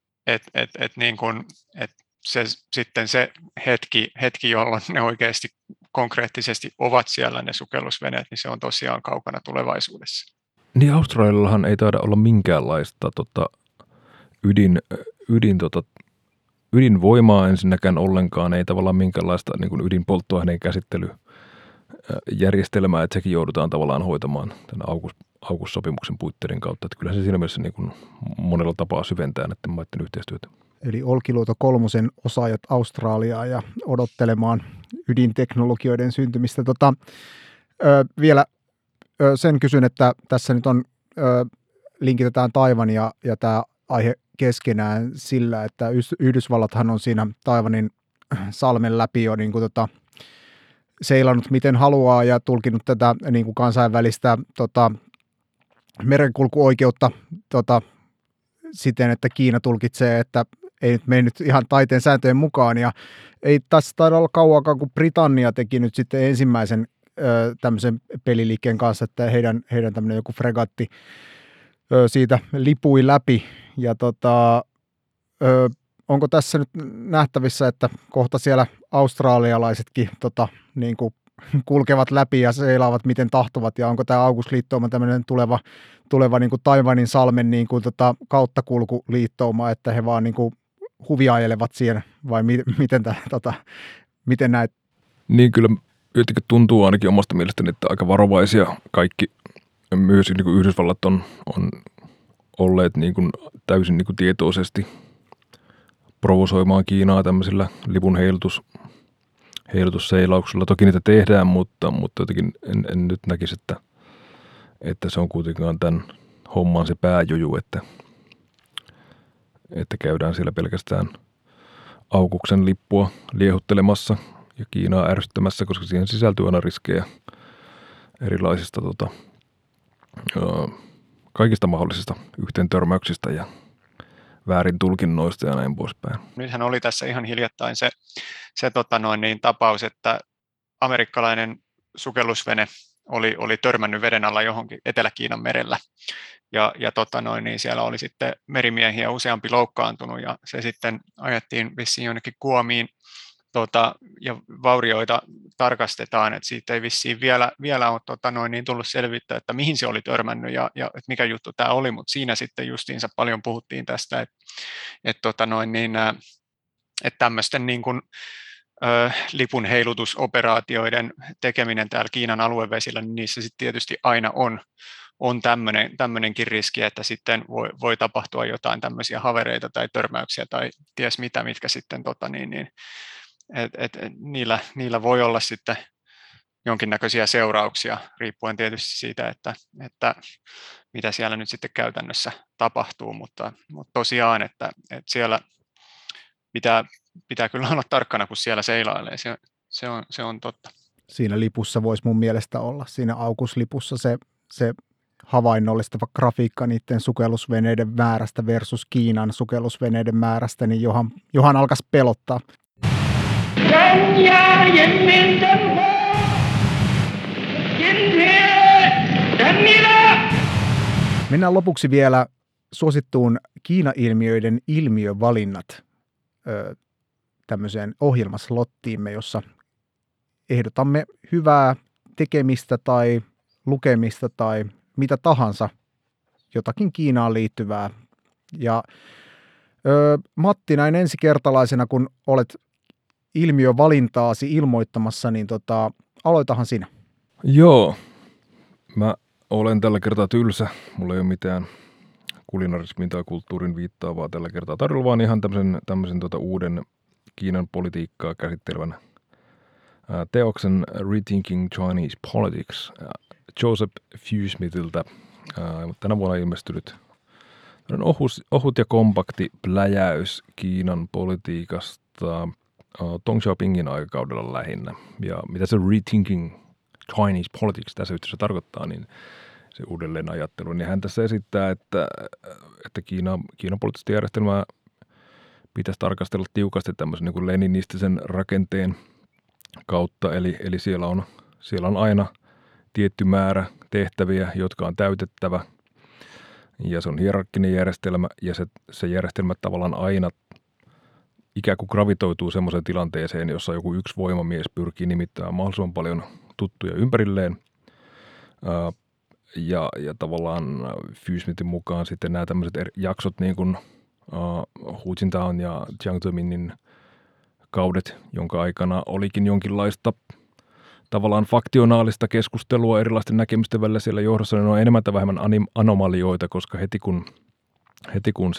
Sitten se hetki, jolloin ne oikeasti konkreettisesti ovat siellä ne sukellusveneet, niin se on tosiaan kaukana tulevaisuudessa. Niin Australiallahan ei taida olla minkäänlaista ydinvoimaa ensinnäkään ollenkaan, ei tavallaan minkäänlaista niin kuin ydinpolttoaineen käsittelyjärjestelmää, että sekin joudutaan tavallaan hoitamaan tämän AUKUS-sopimuksen puitteiden kautta. Että kyllähän se siinä mielessä niin kuin monella tapaa syventää näiden maiden yhteistyötä. Eli Olkiluoto kolmosen osaajat Australiaa ja odottelemaan ydinteknologioiden syntymistä. Vielä sen kysyn, että tässä nyt on linkitetään Taiwan ja tämä aihe keskenään sillä, että Yhdysvallathan on siinä Taiwanin salmen läpi jo niin kuin seilannut miten haluaa ja tulkinut tätä niin kuin kansainvälistä merenkulkuoikeutta siten, että Kiina tulkitsee, että ei nyt mennyt ihan taiteen sääntöjen mukaan. Ja ei tässä taida olla kauankaan, kun Britannia teki nyt sitten ensimmäisen tämmöisen peliliikkeen kanssa, että heidän tämmöinen joku fregatti siitä lipui läpi. Ja onko tässä nyt nähtävissä, että kohta siellä australialaisetkin niin kuin kulkevat läpi ja seilaavat miten tahtovat, ja onko tämä AUKUS-liittouma tämmöinen tuleva niin kuin Taiwanin salmen niin kuin kauttakulkuliittouma, että he vaan niin kuin huviajelevat siihen, vai miten näet? Niin kyllä jotenkin tuntuu ainakin omasta mielestäni, että aika varovaisia kaikki, myös niin kuin Yhdysvallat on olleet niin kuin täysin niin kuin tietoisesti provosoimaan Kiinaa tämmöisillä lipun heilutusseilauksilla. Toki niitä tehdään, mutta jotenkin en nyt näkisi, että se on kuitenkaan tämän homman se pääjuju, että käydään siellä pelkästään AUKUKsen lippua liehuttelemassa ja Kiinaa ärsyttämässä, koska siihen sisältyy aina riskejä erilaisista kaikista mahdollisista yhteentörmäyksistä ja väärin tulkinnoista ja näin poispäin. Nythän oli tässä ihan hiljattain se tapaus, että amerikkalainen sukellusvene oli törmännyt veden alla johonkin Etelä-Kiinan merellä. Ja siellä oli sitten merimiehiä useampi loukkaantunut, ja se sitten ajettiin vissiin jonnekin Guamiin, ja vaurioita tarkastetaan, että siitä ei vissiin vielä ole tullut selvittää, että mihin se oli törmännyt ja että mikä juttu tämä oli, mutta siinä sitten justiinsa paljon puhuttiin tästä, että tämmöisten niin kuin lipun heilutusoperaatioiden tekeminen täällä Kiinan aluevesillä, niin niissä sitten tietysti aina on tämmöinenkin riski, että sitten voi tapahtua jotain tämmöisiä havereita tai törmäyksiä tai ties mitä, mitkä sitten niillä voi olla sitten jonkinnäköisiä seurauksia, riippuen tietysti siitä, että mitä siellä nyt sitten käytännössä tapahtuu, mutta tosiaan, että siellä pitää kyllä olla tarkkana, kun siellä seilailee, se on totta. Siinä lipussa voisi mun mielestä olla, siinä AUKUS-lipussa se havainnollistava grafiikka niiden sukellusveneiden määrästä versus Kiinan sukellusveneiden määrästä, niin Johan alkaisi pelottaa. Mennään lopuksi vielä suosittuun Kiina-ilmiöiden ilmiövalinnat tämmöiseen ohjelmaslottiimme, jossa ehdotamme hyvää tekemistä tai lukemista tai mitä tahansa, jotakin Kiinaan liittyvää. Ja Matti, näin ensikertalaisena, kun olet ilmiövalintaasi ilmoittamassa, niin aloitahan sinä. Joo, mä olen tällä kertaa tylsä. Mulla ei ole mitään kulinarismiin tai kulttuurin viittaavaa tällä kertaa tarjolla, vaan ihan tämmöisen uuden Kiinan politiikkaa käsittelevän teoksen Rethinking Chinese Politics Joseph Fewsmithiltä. Tänä vuonna ilmestynyt ohut ja kompakti pläjäys Kiinan politiikasta Deng Xiaopingin aikakaudella lähinnä. Ja mitä se Rethinking Chinese Politics tässä yhteydessä tarkoittaa, niin se uudelleen ajattelu. Niin hän tässä esittää, että Kiinan poliittista järjestelmää pitäisi tarkastella tiukasti tämmöisen niin kuin leninistisen rakenteen kautta. Eli siellä on aina tietty määrä tehtäviä, jotka on täytettävä. Ja se on hierarkkinen järjestelmä, ja se järjestelmä tavallaan aina ikään kuin gravitoituu semmoiseen tilanteeseen, jossa joku yksi voimamies pyrkii nimittämään mahdollisimman paljon tuttuja ympärilleen. Ja tavallaan Fewsmithin mukaan sitten nämä tämmöiset jaksot niin kuin Hu Jintaon ja Jiang Zeminin kaudet, jonka aikana olikin jonkinlaista tavallaan faktionaalista keskustelua erilaisten näkemysten välillä siellä johdossa, niin on enemmän tai vähemmän anomalioita, koska heti kun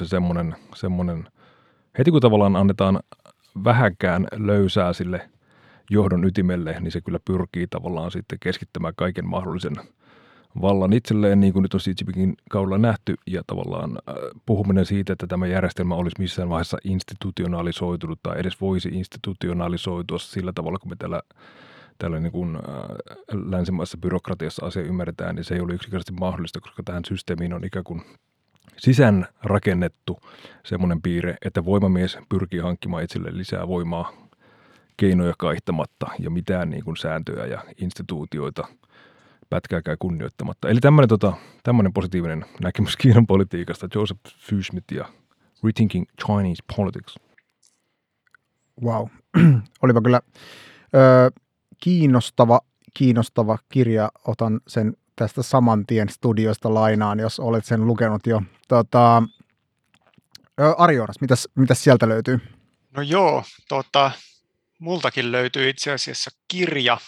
tavallaan annetaan vähänkään löysää sille johdon ytimelle, niin se kyllä pyrkii tavallaan sitten keskittämään kaiken mahdollisen vallan itselleen, niin kuin nyt on Xi Jinpingin kaudella nähty, ja tavallaan puhuminen siitä, että tämä järjestelmä olisi missään vaiheessa institutionalisoitunut tai edes voisi institutionalisoitua sillä tavalla, kun me täällä niin kuin länsimaisessa byrokratiassa asia ymmärretään, niin se ei ole yksinkertaisesti mahdollista, koska tähän systeemiin on ikään kuin sisään rakennettu semmoinen piirre, että voimamies pyrkii hankkimaan itselleen lisää voimaa keinoja kaihtamatta ja mitään niin kuin sääntöjä ja instituutioita pätkääkään kunnioittamatta. Eli tämmöinen positiivinen näkemys Kiinan politiikasta, Joseph Fugelsmith ja Rethinking Chinese Politics. Wow. Olipa kyllä kiinnostava kirja. Otan sen tästä saman tien studiosta lainaan, jos olet sen lukenut jo. Ari-Joonas, mitäs sieltä löytyy? No joo, multakin löytyy itse asiassa kirja,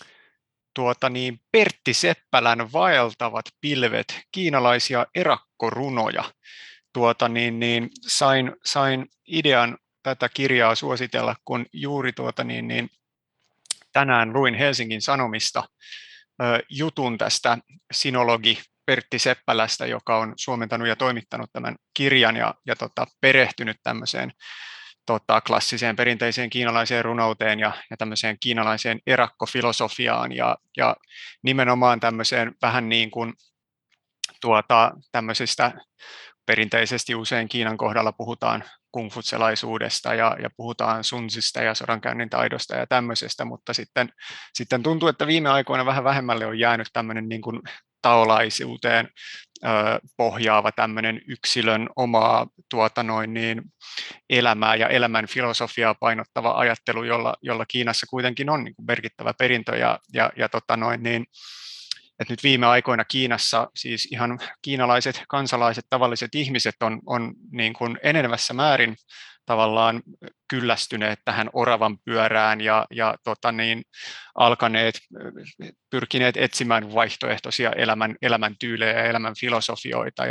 Pertti Seppälän Vaeltavat pilvet, kiinalaisia erakkorunoja. Sain idean tätä kirjaa suositella, kun juuri tänään luin Helsingin Sanomista jutun tästä sinologi Pertti Seppälästä, joka on suomentanut ja toimittanut tämän kirjan ja perehtynyt tämmöiseen klassiseen perinteiseen kiinalaiseen runouteen ja tämmöiseen kiinalaiseen erakkofilosofiaan ja nimenomaan tämmöiseen vähän niin kuin tämmöisistä perinteisesti usein Kiinan kohdalla puhutaan kungfutselaisuudesta ja puhutaan Sun-Tzista ja sodankäynnin taidosta ja tämmöisestä, mutta sitten tuntuu, että viime aikoina vähän vähemmälle on jäänyt tämmöinen niin kuin taolaisuuteen pohjaava tämmöinen yksilön omaa elämää ja elämän filosofiaa painottava ajattelu, jolla Kiinassa kuitenkin on niin kuin merkittävä perintö että nyt viime aikoina Kiinassa siis ihan kiinalaiset kansalaiset, tavalliset ihmiset on niin kuin enenevässä määrin tavallaan kyllästyneet tähän oravan pyörään ja pyrkineet etsimään vaihtoehtoisia elämäntyylejä ja elämän filosofioita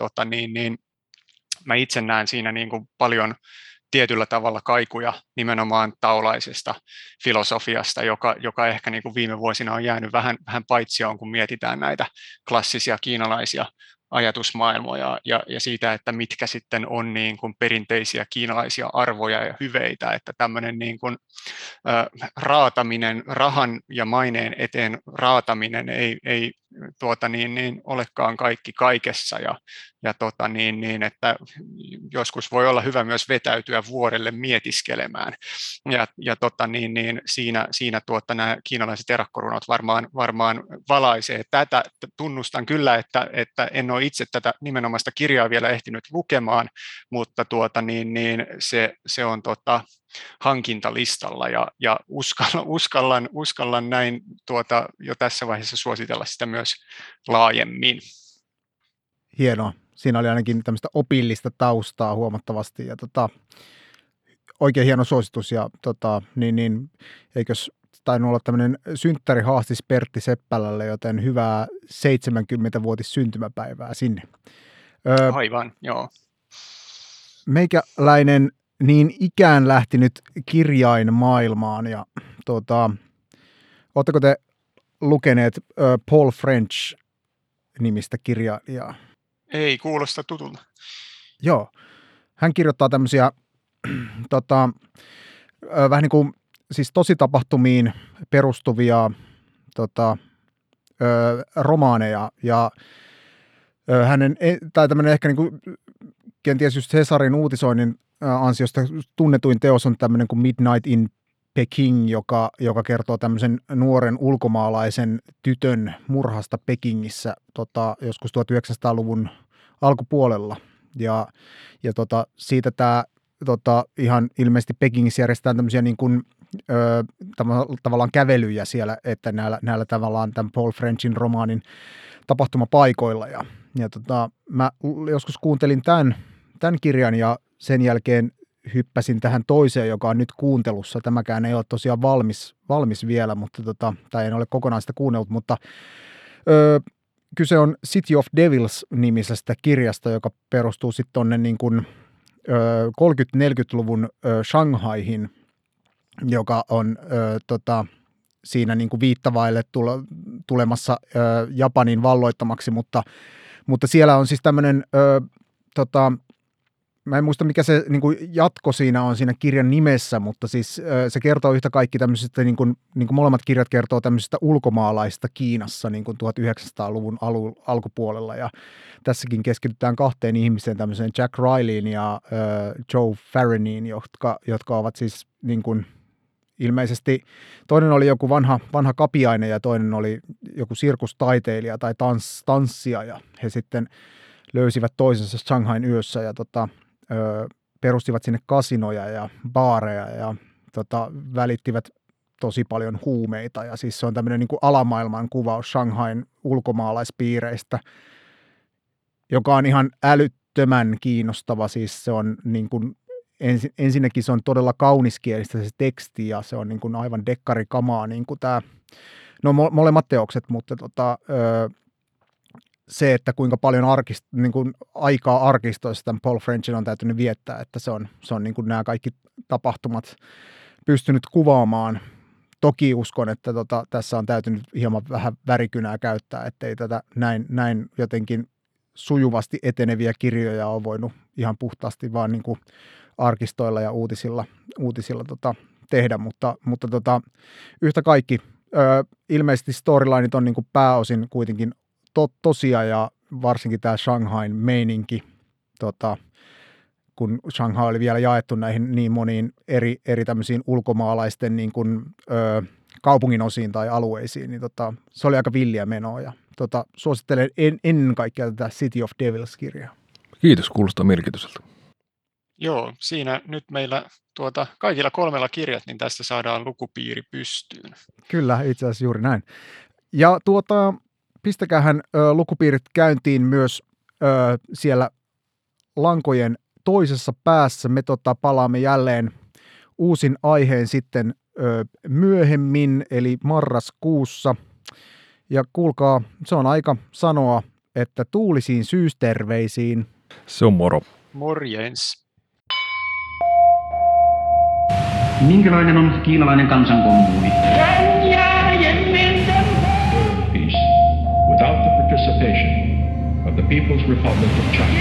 mä itse näen siinä niin kuin paljon tietyllä tavalla kaikuja nimenomaan taolaisesta filosofiasta, joka ehkä niin kuin viime vuosina on jäänyt vähän paitsioon, kun mietitään näitä klassisia kiinalaisia ajatusmaailmoja ja siitä, että mitkä sitten on niin kuin perinteisiä kiinalaisia arvoja ja hyveitä, että tämmöinen niin kuin raataminen, rahan ja maineen eteen raataminen ei olekaan kaikki kaikessa että joskus voi olla hyvä myös vetäytyä vuorelle mietiskelemään siinä nämä kiinalaiset erakkorunot varmaan valaisee tätä. Tunnustan kyllä, että en ole itse tätä nimenomaista kirjaa vielä ehtinyt lukemaan, mutta se on hankintalistalla ja uskallan näin jo tässä vaiheessa suositella sitä myös laajemmin. Hienoa. Siinä oli ainakin tämmöistä opillista taustaa huomattavasti ja oikein hieno suositus ja eikös tainnut olla tämmöinen synttärihaastis Pertti Seppälälle, joten hyvää 70-vuotis syntymäpäivää sinne. Aivan, joo. Meikäläinen niin ikään lähtinyt kirjainmaailmaan ja ootteko te lukeneet Paul French-nimistä kirjailijaa? Ei kuulosta tutulta. Joo. Hän kirjoittaa tämmöisiä vähän niin kuin siis tositapahtumiin perustuvia romaaneja ja hänen, tai tämmöinen ehkä niin kuin kenties just Hesarin uutisoinnin ansiosta tunnetuin teos on tämmöinen kuin Midnight in Peking, joka kertoo tämmöisen nuoren ulkomaalaisen tytön murhasta Pekingissä joskus 1900-luvun alkupuolella. Ja siitä tämä ihan ilmeisesti Pekingissä järjestetään tämmöisiä niin kuin, tavallaan kävelyjä siellä, että näillä tavallaan tämän Paul Frenchin romaanin tapahtumapaikoilla. Ja mä joskus kuuntelin tämän tämän kirjan ja sen jälkeen hyppäsin tähän toiseen, joka on nyt kuuntelussa. Tämäkään ei ole tosiaan valmis vielä, mutta tai en ole kokonaan sitä kuunnellut, mutta kyse on City of Devils-nimisestä kirjasta, joka perustuu sitten tuonne niin kuin 30-40-luvun Shanghaihin, joka on siinä niin kuin viittavaille tulemassa Japanin valloittamaksi, mutta siellä on siis tämmöinen, mä en muista mikä se niin kuin jatko siinä on siinä kirjan nimessä, mutta siis se kertoo yhtä kaikki tämmöisistä, niin kuin molemmat kirjat kertoo tämmöisistä ulkomaalaisista Kiinassa niin kuin 1900-luvun alkupuolella, ja tässäkin keskitytään kahteen ihmiseen, tämmöiseen Jack Rileyin ja Joe Farreniin, jotka ovat siis niin kuin ilmeisesti, toinen oli joku vanha kapiainen ja toinen oli joku sirkustaiteilija tai tanssija, ja he sitten löysivät toisensa Shanghain yössä ja perustivat sinne kasinoja ja baareja ja välittivät tosi paljon huumeita, ja siis se on tämmöinen niin kuin alamaailman kuvaus Shanghain ulkomaalaispiireistä, joka on ihan älyttömän kiinnostava. Siis se on niin kuin ensinnäkin se on todella kauniskielistä se teksti, ja se on niin kuin aivan dekkarikamaa niin kuin tämä, no molemmat teokset, mutta se, että kuinka paljon niin kuin aikaa arkistoissa tämän Paul Frenchin on täytynyt viettää, että se on niin kuin nämä kaikki tapahtumat pystynyt kuvaamaan. Toki uskon, että tässä on täytynyt hieman vähän värikynää käyttää, ettei tätä näin jotenkin sujuvasti eteneviä kirjoja ole voinut ihan puhtaasti vaan niin kuin arkistoilla ja uutisilla tehdä, mutta yhtä kaikki ilmeisesti storylineit on niin kuin pääosin kuitenkin tosia, ja varsinkin tämä Shanghain meininki, kun Shanghai oli vielä jaettu näihin niin moniin eri tämmöisiin ulkomaalaisten niin kuin, kaupungin osiin tai alueisiin, niin se oli aika villiä menoa, ja suosittelen ennen kaikkea tätä City of Devils-kirjaa. Kiitos, kuulostaa mielenkiintoiselta. Joo, siinä nyt meillä kaikilla 3 kirjat, niin tästä saadaan lukupiiri pystyyn. Kyllä, itse asiassa juuri näin. Ja pistäkähän lukupiirit käyntiin myös siellä lankojen toisessa päässä. Me palaamme jälleen uusin aiheen sitten myöhemmin, eli marraskuussa. Ja kuulkaa, se on aika sanoa, että tuulisiin syysterveisiin. Se on moro. Morjens. Minkälainen on kiinalainen kansankommuuni? Peace without the participation of the People's Republic of China.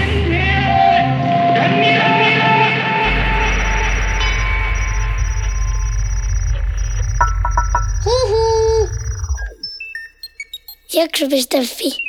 Jakso.fi